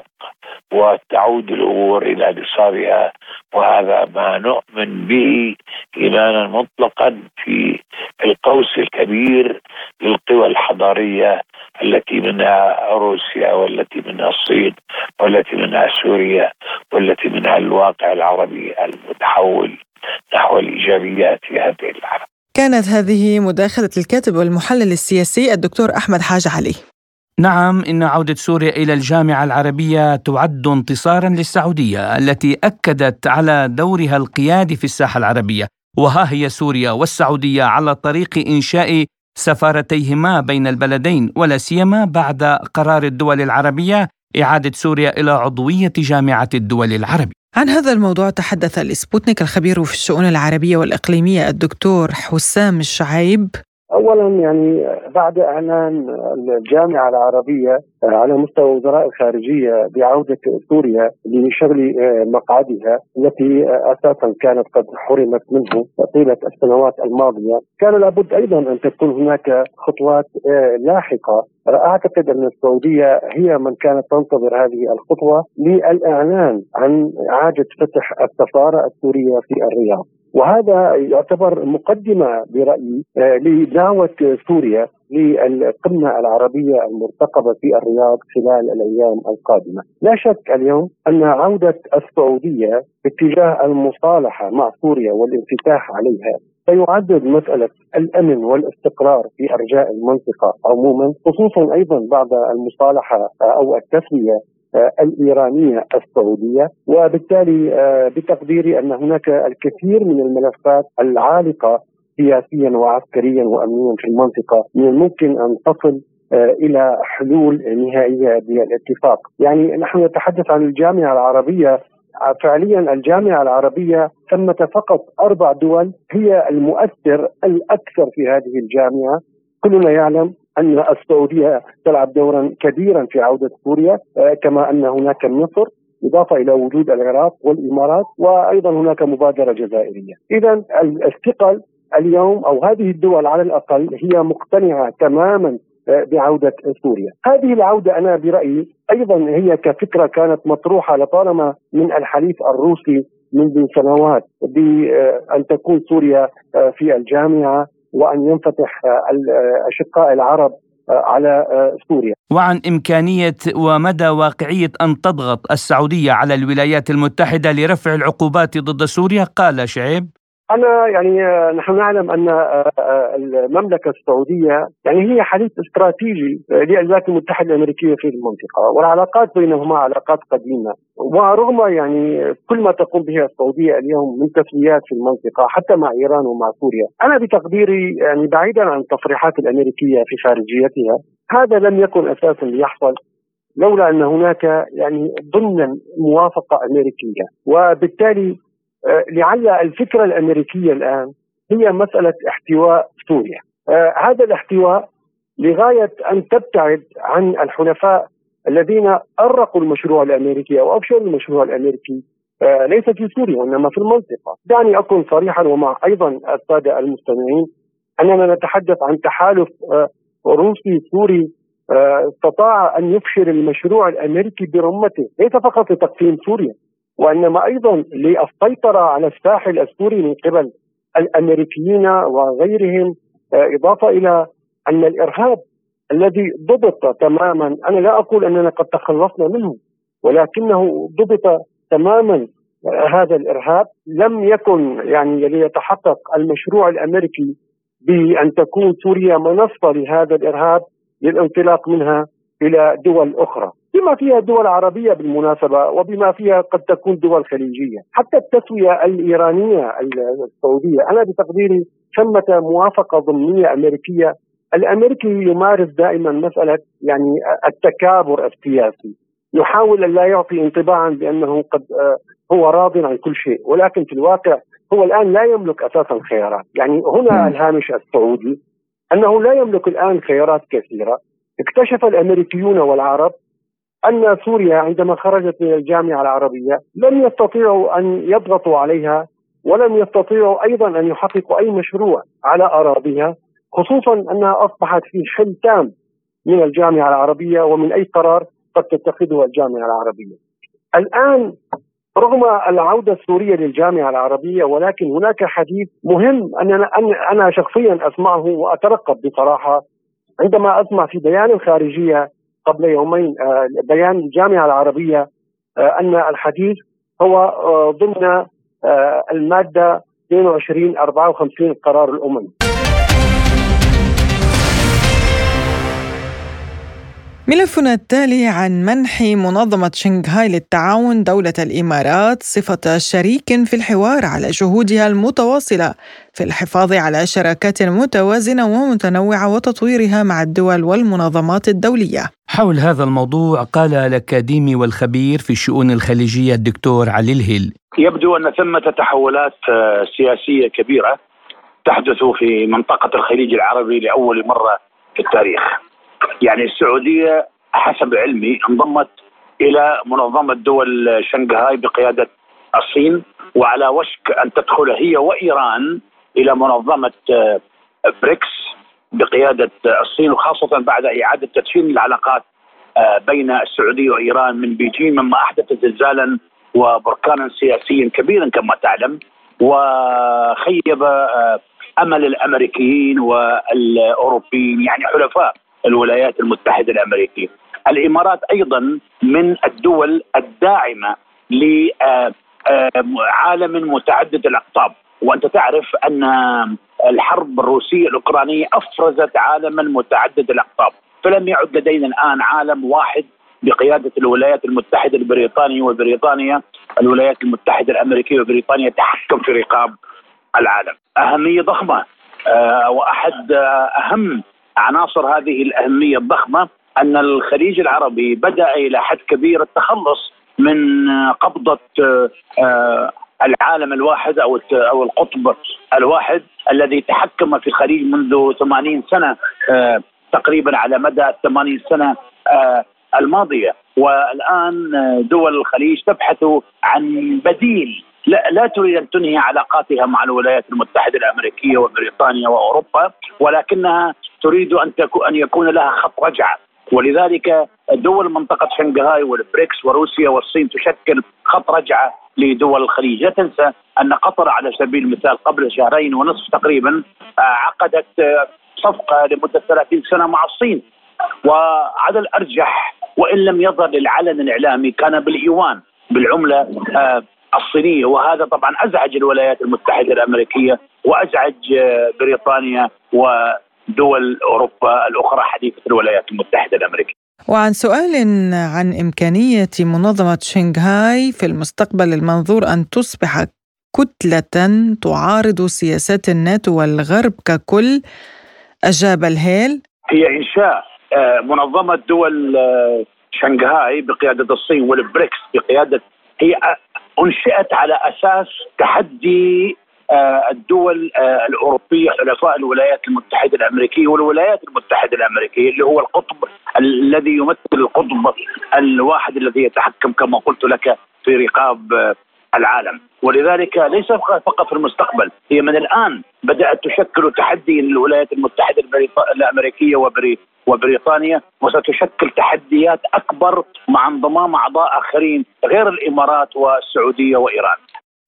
وتعود الأمور إلى نصابها. وهذا ما نؤمن به إيمانا مطلقا في القوس الكبير للقوى الحضارية التي منها روسيا والتي منها الصين والتي منها سوريا والتي منها الواقع العربي المتحول نحو الإيجابيات في هذه العالم. كانت هذه مداخلة الكاتب والمحلل السياسي الدكتور أحمد حاج علي. نعم، إن عودة سوريا إلى الجامعة العربية تعد انتصارا للسعودية التي أكدت على دورها القيادي في الساحة العربية، وها هي سوريا والسعودية على طريق إنشاء سفارتيهما بين البلدين، ولا سيما بعد قرار الدول العربية إعادة سوريا إلى عضوية جامعة الدول العربية. عن هذا الموضوع تحدث الإسبوتنيك الخبير في الشؤون العربية والإقليمية الدكتور حسام الشعيب. أولا يعني بعد إعلان الجامعة العربية على مستوى وزراء الخارجية بعودة سوريا لشغل مقعدها التي أساسا كانت قد حرمت منه طيلة السنوات الماضية، كان لابد أيضا أن تكون هناك خطوات لاحقة. أعتقد أن السعودية هي من كانت تنتظر هذه الخطوة للإعلان عن إعادة فتح السفارة السورية في الرياض، وهذا يعتبر مقدمة برأيي لدعوة سوريا للقمة العربية المرتقبة في الرياض خلال الأيام القادمة. لا شك اليوم أن عودة السعودية باتجاه المصالحة مع سوريا والانفتاح عليها سيعزز مسألة الأمن والاستقرار في أرجاء المنطقة عموما، خصوصا أيضا بعد المصالحة أو التسوية الإيرانية السعودية. وبالتالي بتقديري أن هناك الكثير من الملفات العالقة سياسيا وعسكريا وأمنيا في المنطقة من الممكن أن تصل إلى حلول نهائية بالاتفاق. يعني نحن نتحدث عن الجامعة العربية، فعليا الجامعة العربية ثمة فقط 4 دول هي المؤثر الأكثر في هذه الجامعة. كلنا يعلم أن السعودية تلعب دورا كبيرا في عودة سوريا، كما أن هناك مصر إضافة إلى وجود العراق والإمارات، وأيضا هناك مبادرة جزائرية. إذن الثقل اليوم أو هذه الدول على الأقل هي مقتنعة تماما بعودة سوريا. هذه العودة أنا برأيي أيضا هي كفكرة كانت مطروحة لطالما من الحليف الروسي منذ سنوات بأن تكون سوريا في الجامعة وأن ينفتح الأشقاء العرب على سوريا. وعن إمكانية ومدى واقعية أن تضغط السعودية على الولايات المتحدة لرفع العقوبات ضد سوريا، قال شعيب: أنا نحن نعلم أن المملكة السعودية هي حليف استراتيجي للولايات المتحدة الأمريكية في المنطقة، والعلاقات بينهما علاقات قديمة، ورغم كل ما تقوم به السعودية اليوم من تسويات في المنطقة حتى مع إيران ومع سوريا، أنا بتقديري بعيدا عن التصريحات الأمريكية في خارجيتها، هذا لم يكن أساسا ليحصل لولا أن هناك ضمن موافقة أمريكية. وبالتالي لعل الفكرة الأمريكية الآن هي مسألة احتواء سوريا. هذا الاحتواء لغاية أن تبتعد عن الحلفاء الذين أرقوا المشروع الأمريكي أو أفشلوا المشروع الأمريكي ليس في سوريا وإنما في المنطقة. دعني أكون صريحا ومع أيضا السادة المستمعين أننا نتحدث عن تحالف روسي سوري استطاع أن يفشل المشروع الأمريكي برمته، ليس فقط لتقسيم سوريا وإنما أيضا للسيطرة على الساحل السوري من قبل الأمريكيين وغيرهم، إضافة إلى أن الإرهاب الذي ضبط تماما، أنا لا أقول أننا قد تخلصنا منه، ولكنه ضبط تماما. هذا الإرهاب لم يكن ليتحقق المشروع الأمريكي بأن تكون سوريا منصة لهذا الإرهاب للانطلاق منها إلى دول أخرى، بما فيها دول عربية بالمناسبة، وبما فيها قد تكون دول خليجية. حتى التسوية الإيرانية السعودية أنا بتقديري ثمة موافقة ضمنية أمريكية. الأمريكي يمارس دائما مسألة التكابر السياسي، يحاول أن لا يعطي انطباعا بأنه قد هو راض عن كل شيء، ولكن في الواقع هو الآن لا يملك أساسا خيارات. هنا الهامش السعودي أنه لا يملك الآن خيارات كثيرة. اكتشف الأمريكيون والعرب أن سوريا عندما خرجت من الجامعة العربية لم يستطيعوا أن يضغطوا عليها، ولم يستطيعوا أيضا أن يحققوا أي مشروع على أراضيها، خصوصا أنها أصبحت في حل تام من الجامعة العربية ومن أي قرار قد تتخذه الجامعة العربية. الآن رغم العودة السورية للجامعة العربية، ولكن هناك حديث مهم أنا شخصيا أسمعه وأترقب بصراحة عندما أسمع في بيان الخارجية قبل يومين، بيان الجامعة العربية، أن الحديث هو ضمن المادة 2254 قرار الأمم. ملفنا التالي عن منح منظمة شنغهاي للتعاون دولة الإمارات صفة شريك في الحوار على جهودها المتواصلة في الحفاظ على شراكات متوازنة ومتنوعة وتطويرها مع الدول والمنظمات الدولية. حول هذا الموضوع قال الأكاديمي والخبير في الشؤون الخليجية الدكتور علي الهيل: يبدو أن ثمة تحولات سياسية كبيرة تحدث في منطقة الخليج العربي لأول مرة في التاريخ. السعودية حسب علمي انضمت إلى منظمة دول شنغهاي بقيادة الصين، وعلى وشك أن تدخل هي وإيران إلى منظمة بريكس بقيادة الصين، وخاصة بعد إعادة تدشين العلاقات بين السعودية وإيران من بيجين، مما أحدث زلزالا وبركانا سياسيا كبيرا كما تعلم، وخيب أمل الأمريكيين والأوروبيين حلفاء الولايات المتحدة الأمريكية. الإمارات أيضا من الدول الداعمة لعالم متعدد الأقطاب، وأنت تعرف أن الحرب الروسية الأوكرانية أفرزت عالما متعدد الأقطاب، فلم يعد لدينا الآن عالم واحد بقيادة الولايات المتحدة البريطانية وبريطانيا، الولايات المتحدة الأمريكية وبريطانيا تحكم في رقاب العالم. أهمية ضخمة، وأحد أهم عناصر هذه الأهمية الضخمة أن الخليج العربي بدأ إلى حد كبير التخلص من قبضة العالم الواحد أو القطب الواحد الذي تحكم في الخليج منذ 80 سنة تقريبا، على مدى 80 سنة الماضية. والآن دول الخليج تبحث عن بديل لا تريد أن تنهي علاقاتها مع الولايات المتحدة الأمريكية وبريطانيا وأوروبا، ولكنها تريد أن يكون لها خط رجعة. ولذلك دول منطقة شنغهاي والبريكس وروسيا والصين تشكل خط رجعة لدول الخليج. لا تنسى أن قطر على سبيل المثال قبل 2.5 تقريبا عقدت صفقة لمدة 30 سنة مع الصين، وعلى الأرجح وإن لم يظهر للعلن الإعلامي كان باليوان بالعملة الصينية، وهذا طبعا أزعج الولايات المتحدة الأمريكية وأزعج بريطانيا ودول أوروبا الأخرى حديثة الولايات المتحدة الأمريكية. وعن سؤال عن إمكانية منظمة شنغهاي في المستقبل المنظور أن تصبح كتلة تعارض سياسات الناتو والغرب ككل، أجاب الهيل: هي إنشاء منظمة دول شنغهاي بقيادة الصين والبريكس بقيادة، هي أنشئت على أساس تحدي الدول الأوروبية حلفاء الولايات المتحدة الأمريكية والولايات المتحدة الأمريكية، اللي هو القطب الذي يمثل القطب الواحد الذي يتحكم كما قلت لك في رقاب العالم. ولذلك ليس فقط في المستقبل، هي من الآن بدأت تشكل تحدي للولايات المتحدة الأمريكية وبريطانيا، وستشكل تحديات أكبر مع انضمام أعضاء آخرين غير الإمارات والسعودية وإيران.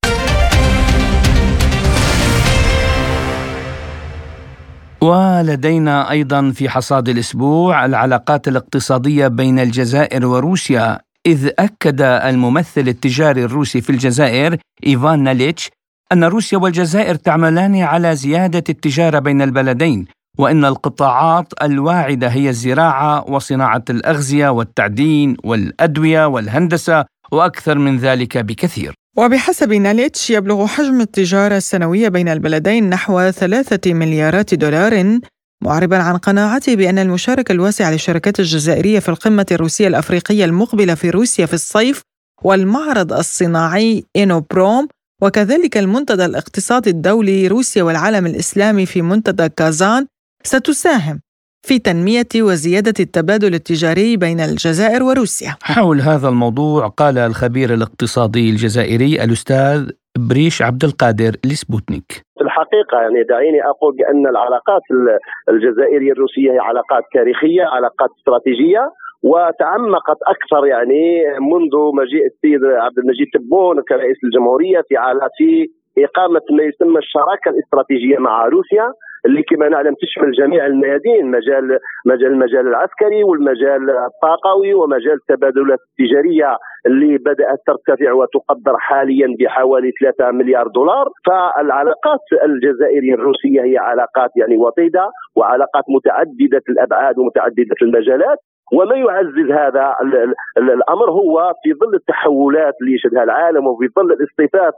ولدينا أيضا في حصاد الأسبوع العلاقات الاقتصادية بين الجزائر وروسيا، إذ أكد الممثل التجاري الروسي في الجزائر إيفان ناليتش أن روسيا والجزائر تعملان على زيادة التجارة بين البلدين، وأن القطاعات الواعدة هي الزراعة وصناعة الأغذية والتعدين والأدوية والهندسة وأكثر من ذلك بكثير. وبحسب ناليتش يبلغ حجم التجارة السنوية بين البلدين نحو 3 مليارات دولار، معربا عن قناعته بأن المشاركة الواسعة للشركات الجزائرية في القمة الروسية الأفريقية المقبلة في روسيا في الصيف والمعرض الصناعي إنوبروم وكذلك المنتدى الاقتصادي الدولي روسيا والعالم الإسلامي في منتدى كازان ستساهم في تنمية وزيادة التبادل التجاري بين الجزائر وروسيا. حول هذا الموضوع قال الخبير الاقتصادي الجزائري الأستاذ بريش عبد القادر لسبوتنيك: في الحقيقة يعني دعيني أقول بأن العلاقات الجزائرية الروسية هي علاقات تاريخية، علاقات استراتيجية، وتعمقت أكثر يعني منذ مجيء السيد عبد المجيد تبون كرئيس الجمهورية في إقامة ما يسمى الشراكة الاستراتيجية مع روسيا، اللي كما نعلم تشمل جميع الميادين، المجال العسكري والمجال الطاقوي ومجال التبادلات التجارية اللي بدأت ترتفع وتقدر حاليا بحوالي 3 مليار دولار. فالعلاقات الجزائرية الروسية هي علاقات يعني وطيدة وعلاقات متعددة الأبعاد ومتعددة المجالات. وما يعزز هذا الامر هو في ظل التحولات اللي يشهدها العالم وفي ظل الاصطفاف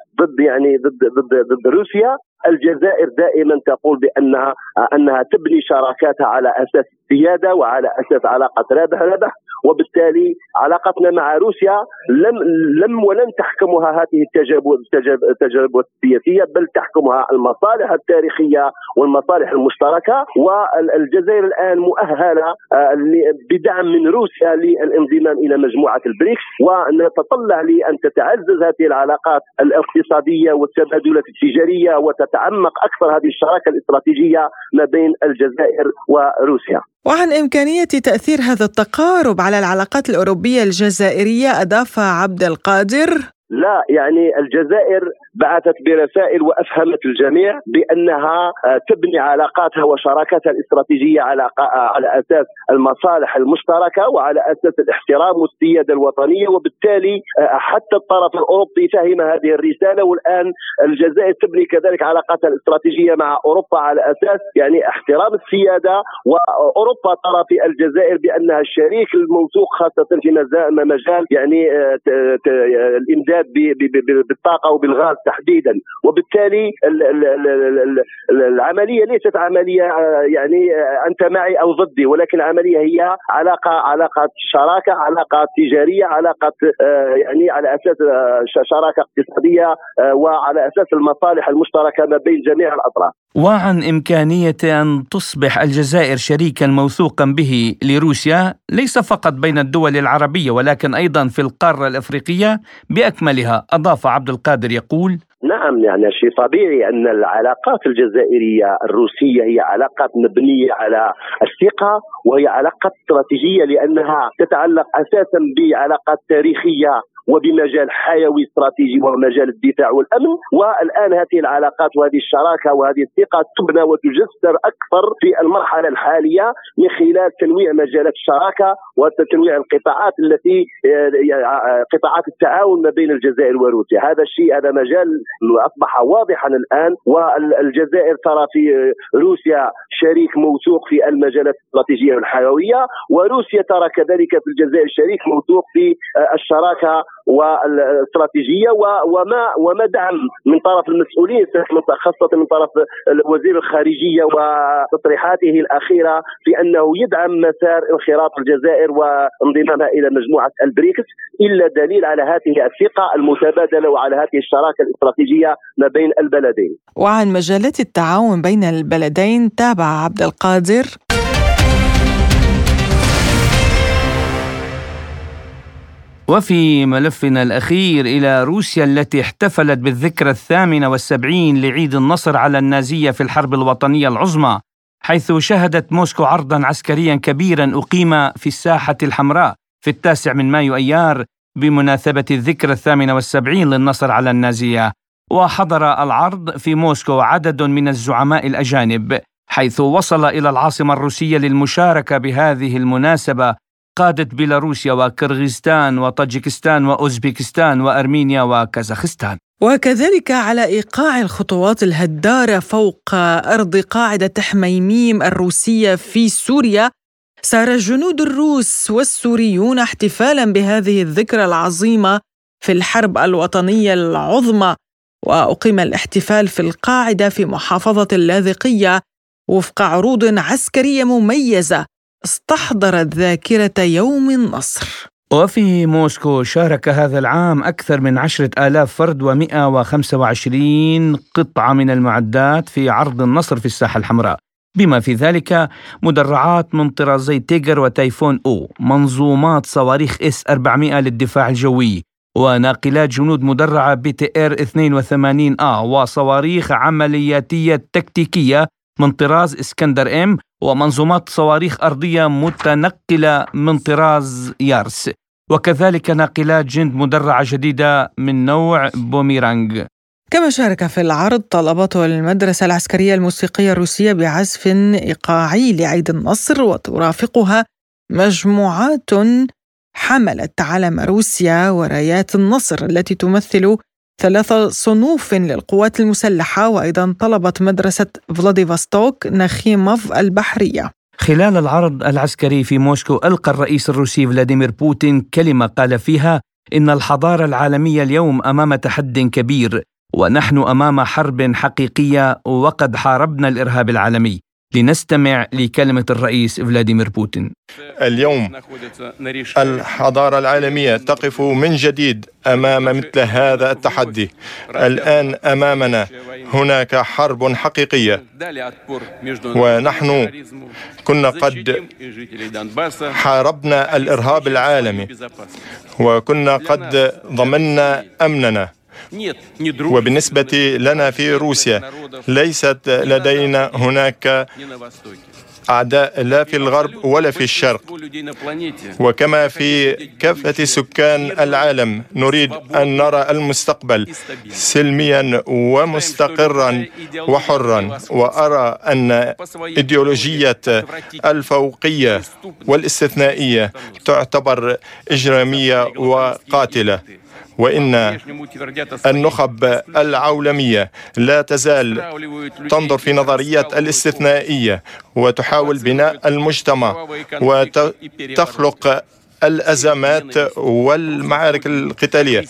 ضد روسيا، الجزائر دائما تقول انها تبني شراكاتها على اساس السياده وعلى اساس علاقه ربح، وبالتالي علاقتنا مع روسيا ولن تحكمها هذه التجارب السياسيه، بل تحكمها المصالح التاريخيه والمصالح المشتركه. والجزائر الان مؤهله بدعم من روسيا للانضمام الى مجموعه البريكس، ونتطلع لان تتعزز هذه العلاقات الاقتصاديه والتبادلات التجاريه وتتعمق اكثر هذه الشراكه الاستراتيجيه ما بين الجزائر وروسيا. وعن إمكانية تأثير هذا التقارب على العلاقات الأوروبية الجزائرية أضاف عبد القادر: لا، يعني الجزائر بعثت برسائل وأفهمت الجميع بأنها تبني علاقاتها وشراكتها الاستراتيجية على أساس المصالح المشتركة وعلى أساس الاحترام والسيادة الوطنية، وبالتالي حتى الطرف الأوروبي فهم هذه الرسالة. والآن الجزائر تبني كذلك علاقاتها الاستراتيجية مع أوروبا على أساس يعني احترام السيادة، وأوروبا ترى في الجزائر بأنها الشريك الموثوق خاصة في مجال يعني الإمداد بالطاقة وبالغاز تحديدا. وبالتالي العملية ليست عملية يعني أنت معي أو ضدي، ولكن العملية هي علاقة شراكة، علاقة تجارية، علاقة يعني على أساس شراكة اقتصادية وعلى أساس المصالح المشتركة ما بين جميع الأطراف. وعن إمكانية أن تصبح الجزائر شريكا موثوقا به لروسيا ليس فقط بين الدول العربية ولكن أيضا في القارة الأفريقية بأكملها، أضاف عبد القادر يقول: نعم، يعني شيء طبيعي أن العلاقات الجزائرية الروسية هي علاقات مبنية على الثقة، وهي علاقات استراتيجية لأنها تتعلق أساسا بعلاقات تاريخية وبمجال حيوي استراتيجي ومجال الدفاع والأمن. والآن هذه العلاقات وهذه الشراكة وهذه الثقة تبنى وتجسر أكثر في المرحلة الحالية من خلال تنويع مجالات الشراكة وتنويع القطاعات التي قطاعات التعاون ما بين الجزائر وروسيا. هذا الشيء، هذا مجال أصبح واضحا الآن، والجزائر ترى في روسيا شريك موثوق في المجالات الاستراتيجية والحيوية، وروسيا ترى كذلك في الجزائر شريك موثوق في الشراكة والاستراتيجية وما دعم من طرف المسؤولين، خاصة من طرف وزير الخارجية وتصريحاته الأخيرة في أنه يدعم مسار انخراط الجزائر وانضمامها إلى مجموعة البريكس، إلا دليل على هذه الثقة المتبادلة وعلى هذه الشراكة الاستراتيجية ما بين البلدين. وعن مجالات التعاون بين البلدين تابع عبد القادر. وفي ملفنا الأخير إلى روسيا التي احتفلت بالذكرى 78 لعيد النصر على النازية في الحرب الوطنية العظمى، حيث شهدت موسكو عرضا عسكريا كبيرا أقيم في الساحة الحمراء في 9 مايو أيار بمناسبة الذكرى 78 للنصر على النازية. وحضر العرض في موسكو عدد من الزعماء الأجانب، حيث وصل إلى العاصمة الروسية للمشاركة بهذه المناسبة قادة بيلاروسيا وكرغيزستان وطاجيكستان وأوزبكستان وأرمينيا وكازاخستان. وكذلك على إيقاع الخطوات الهدارة فوق أرض قاعدة حميميم الروسية في سوريا، سار الجنود الروس والسوريون احتفالا بهذه الذكرى العظيمة في الحرب الوطنية العظمى. وأقيم الاحتفال في القاعدة في محافظة اللاذقية وفق عروض عسكرية مميزة استحضرت ذاكرة يوم النصر. وفي موسكو شارك هذا العام أكثر من 10,000 فرد و125 قطعة من المعدات في عرض النصر في الساحة الحمراء، بما في ذلك مدرعات من طرازي تيغر وتايفون أو، منظومات صواريخ S-400 للدفاع الجوي، وناقلات جنود مدرعة BTR 82A، وصواريخ عملياتية تكتيكية من طراز اسكندر M، ومنظومات صواريخ أرضية متنقلة من طراز يارس، وكذلك ناقلات جند مدرعة جديدة من نوع بوميرانغ. كما شارك في العرض طلبة المدرسة العسكرية الموسيقية الروسية بعزف إيقاعي لعيد النصر، وترافقها مجموعات حملت علم روسيا ورايات النصر التي تمثل 3 صنوف للقوات المسلحة. وأيضا طلبت مدرسة فلاديفستوك نخيموف البحرية. خلال العرض العسكري في موسكو ألقى الرئيس الروسي فلاديمير بوتين كلمة قال فيها إن الحضارة العالمية اليوم أمام تحد كبير، ونحن أمام حرب حقيقية وقد حاربنا الإرهاب العالمي. لنستمع لكلمة الرئيس فلاديمير بوتين. اليوم الحضارة العالمية تقف من جديد أمام مثل هذا التحدي. الآن أمامنا هناك حرب حقيقية، ونحن كنا قد حاربنا الإرهاب العالمي، وكنا قد ضمننا أمننا. وبالنسبة لنا في روسيا ليست لدينا هناك أعداء لا في الغرب ولا في الشرق، وكما في كافة سكان العالم نريد أن نرى المستقبل سلميا ومستقرا وحرا. وأرى أن إيديولوجية الفوقية والاستثنائية تعتبر إجرامية وقاتلة، وإن النخب العولمية لا تزال تنظر في نظريات الاستثنائية وتحاول بناء المجتمع وتخلق الأزمات والمعارك القتالية،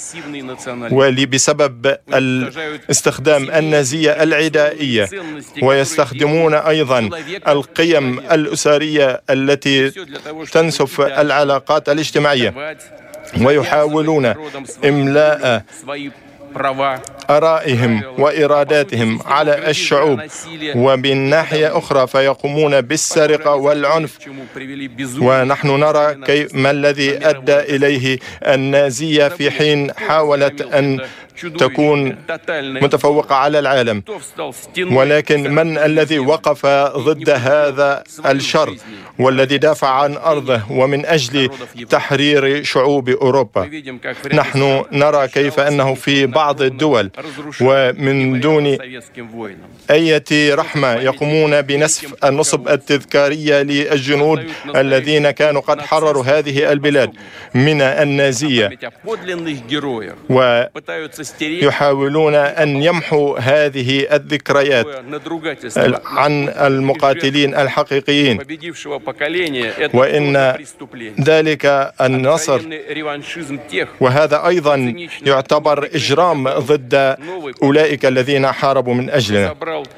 بسبب الاستخدام النازية العدائية. ويستخدمون أيضا القيم الأسرية التي تنسف العلاقات الاجتماعية، ويحاولون إملاء آرائهم وإراداتهم على الشعوب، ومن ناحية أخرى فيقومون بالسرقة والعنف. ونحن نرى ما الذي أدى إليه النازية في حين حاولت أن تكون متفوقة على العالم. ولكن من الذي وقف ضد هذا الشر والذي دافع عن أرضه ومن أجل تحرير شعوب أوروبا؟ نحن نرى كيف أنه في بعض الدول ومن دون أي رحمة يقومون بنسف النصب التذكارية للجنود الذين كانوا قد حرروا هذه البلاد من النازية، ويحاولون أن يمحوا هذه الذكريات عن المقاتلين الحقيقيين. وإن ذلك النصر، وهذا أيضا يعتبر إجرام ضد أولئك الذين حاربوا من أجلنا.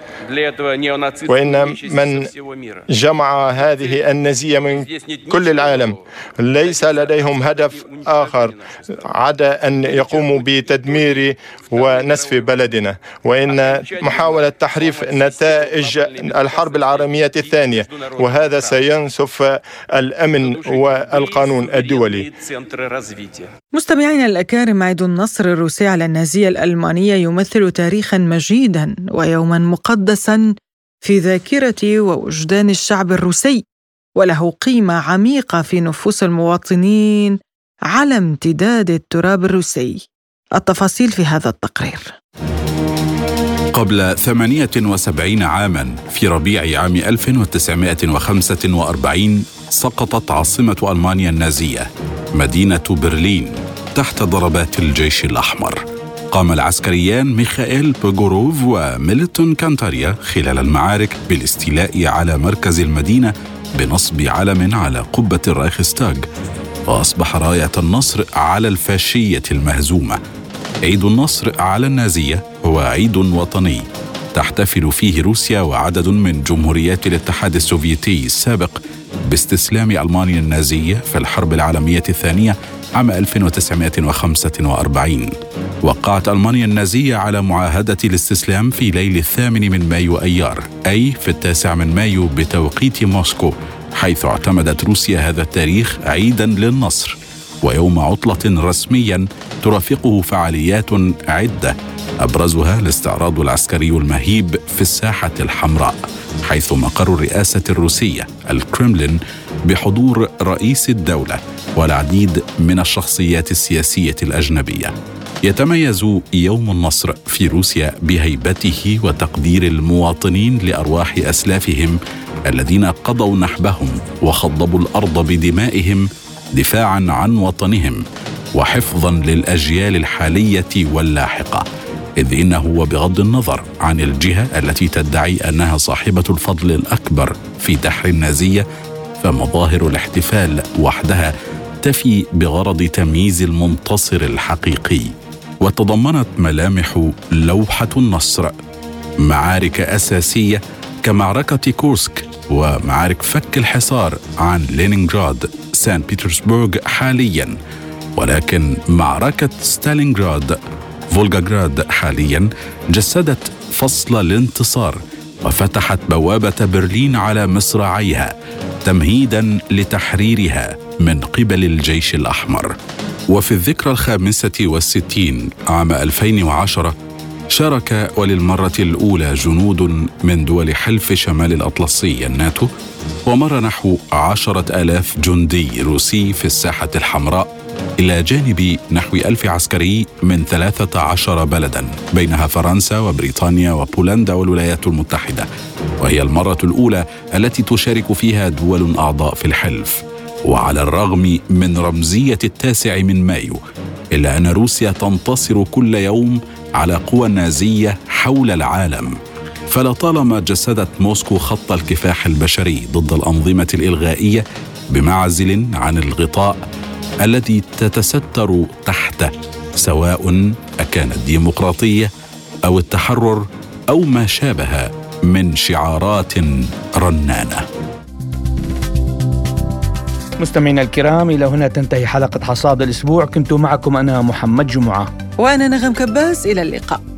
وإن من جمع هذه النازية من كل العالم ليس لديهم هدف آخر عدا أن يقوموا بتدمير ونسف بلدنا، وإن محاولة تحريف نتائج الحرب العالمية الثانية، وهذا سينسف الأمن والقانون الدولي. مستمعينا الأكارم، عيد النصر الروسي على النازية الألمانية يمثل تاريخاً مجيداً ويوماً مقدساً في ذاكرة ووجدان الشعب الروسي، وله قيمة عميقة في نفوس المواطنين على امتداد التراب الروسي. التفاصيل في هذا التقرير. قبل 78 عاماً في ربيع عام 1945 سقطت عاصمة ألمانيا النازية مدينة برلين تحت ضربات الجيش الأحمر. قام العسكريان ميخائيل بوغوروف وميلتون كانتاريا خلال المعارك بالاستيلاء على مركز المدينة بنصب علم على قبة الرايخستاغ، وأصبح راية النصر على الفاشية المهزومة. عيد النصر على النازية هو عيد وطني تحتفل فيه روسيا وعدد من جمهوريات الاتحاد السوفيتي السابق باستسلام ألمانيا النازية في الحرب العالمية الثانية عام 1945. وقعت ألمانيا النازية على معاهدة الاستسلام في ليل 8 من مايو أيار، أي في 9 من مايو بتوقيت موسكو، حيث اعتمدت روسيا هذا التاريخ عيداً للنصر ويوم عطلة رسمياً ترافقه فعاليات عدة، أبرزها الاستعراض العسكري المهيب في الساحة الحمراء، حيث مقر الرئاسة الروسية الكرملين بحضور رئيس الدولة والعديد من الشخصيات السياسية الأجنبية. يتميز يوم النصر في روسيا بهيبته وتقدير المواطنين لأرواح أسلافهم الذين قضوا نحبهم وخضبوا الأرض بدمائهم دفاعاً عن وطنهم وحفظاً للأجيال الحالية واللاحقة، إذ إنه وبغض النظر عن الجهة التي تدعي أنها صاحبة الفضل الأكبر في دحر النازية، فمظاهر الاحتفال وحدها تفي بغرض تمييز المنتصر الحقيقي. وتضمنت ملامح لوحة النصر معارك أساسية كمعركة كورسك ومعارك فك الحصار عن لينينغراد سان بيترسبورغ حالياً، ولكن معركة ستالينغراد فولغاغراد حالياً جسدت فصل الانتصار وفتحت بوابة برلين على مصراعيها تمهيداً لتحريرها من قبل الجيش الأحمر. وفي الذكرى 65 عام 2010 شارك وللمرة الأولى جنود من دول حلف شمال الأطلسي الناتو، ومر نحو 10,000 جندي روسي في الساحة الحمراء إلى جانب نحو 1000 عسكري من 13 بلداً، بينها فرنسا وبريطانيا وبولندا والولايات المتحدة، وهي المرة الأولى التي تشارك فيها دول أعضاء في الحلف. وعلى الرغم من رمزية 9 من مايو، إلا أن روسيا تنتصر كل يوم على قوى نازية حول العالم، فلطالما جسدت موسكو خط الكفاح البشري ضد الأنظمة الإلغائية بمعزل عن الغطاء الذي تتستر تحته، سواء أكانت ديمقراطية أو التحرر أو ما شابه من شعارات رنانة. مستمعينا الكرام، إلى هنا تنتهي حلقة حصاد الأسبوع. كنت معكم أنا محمد جمعة. وأنا نغم كباس، إلى اللقاء.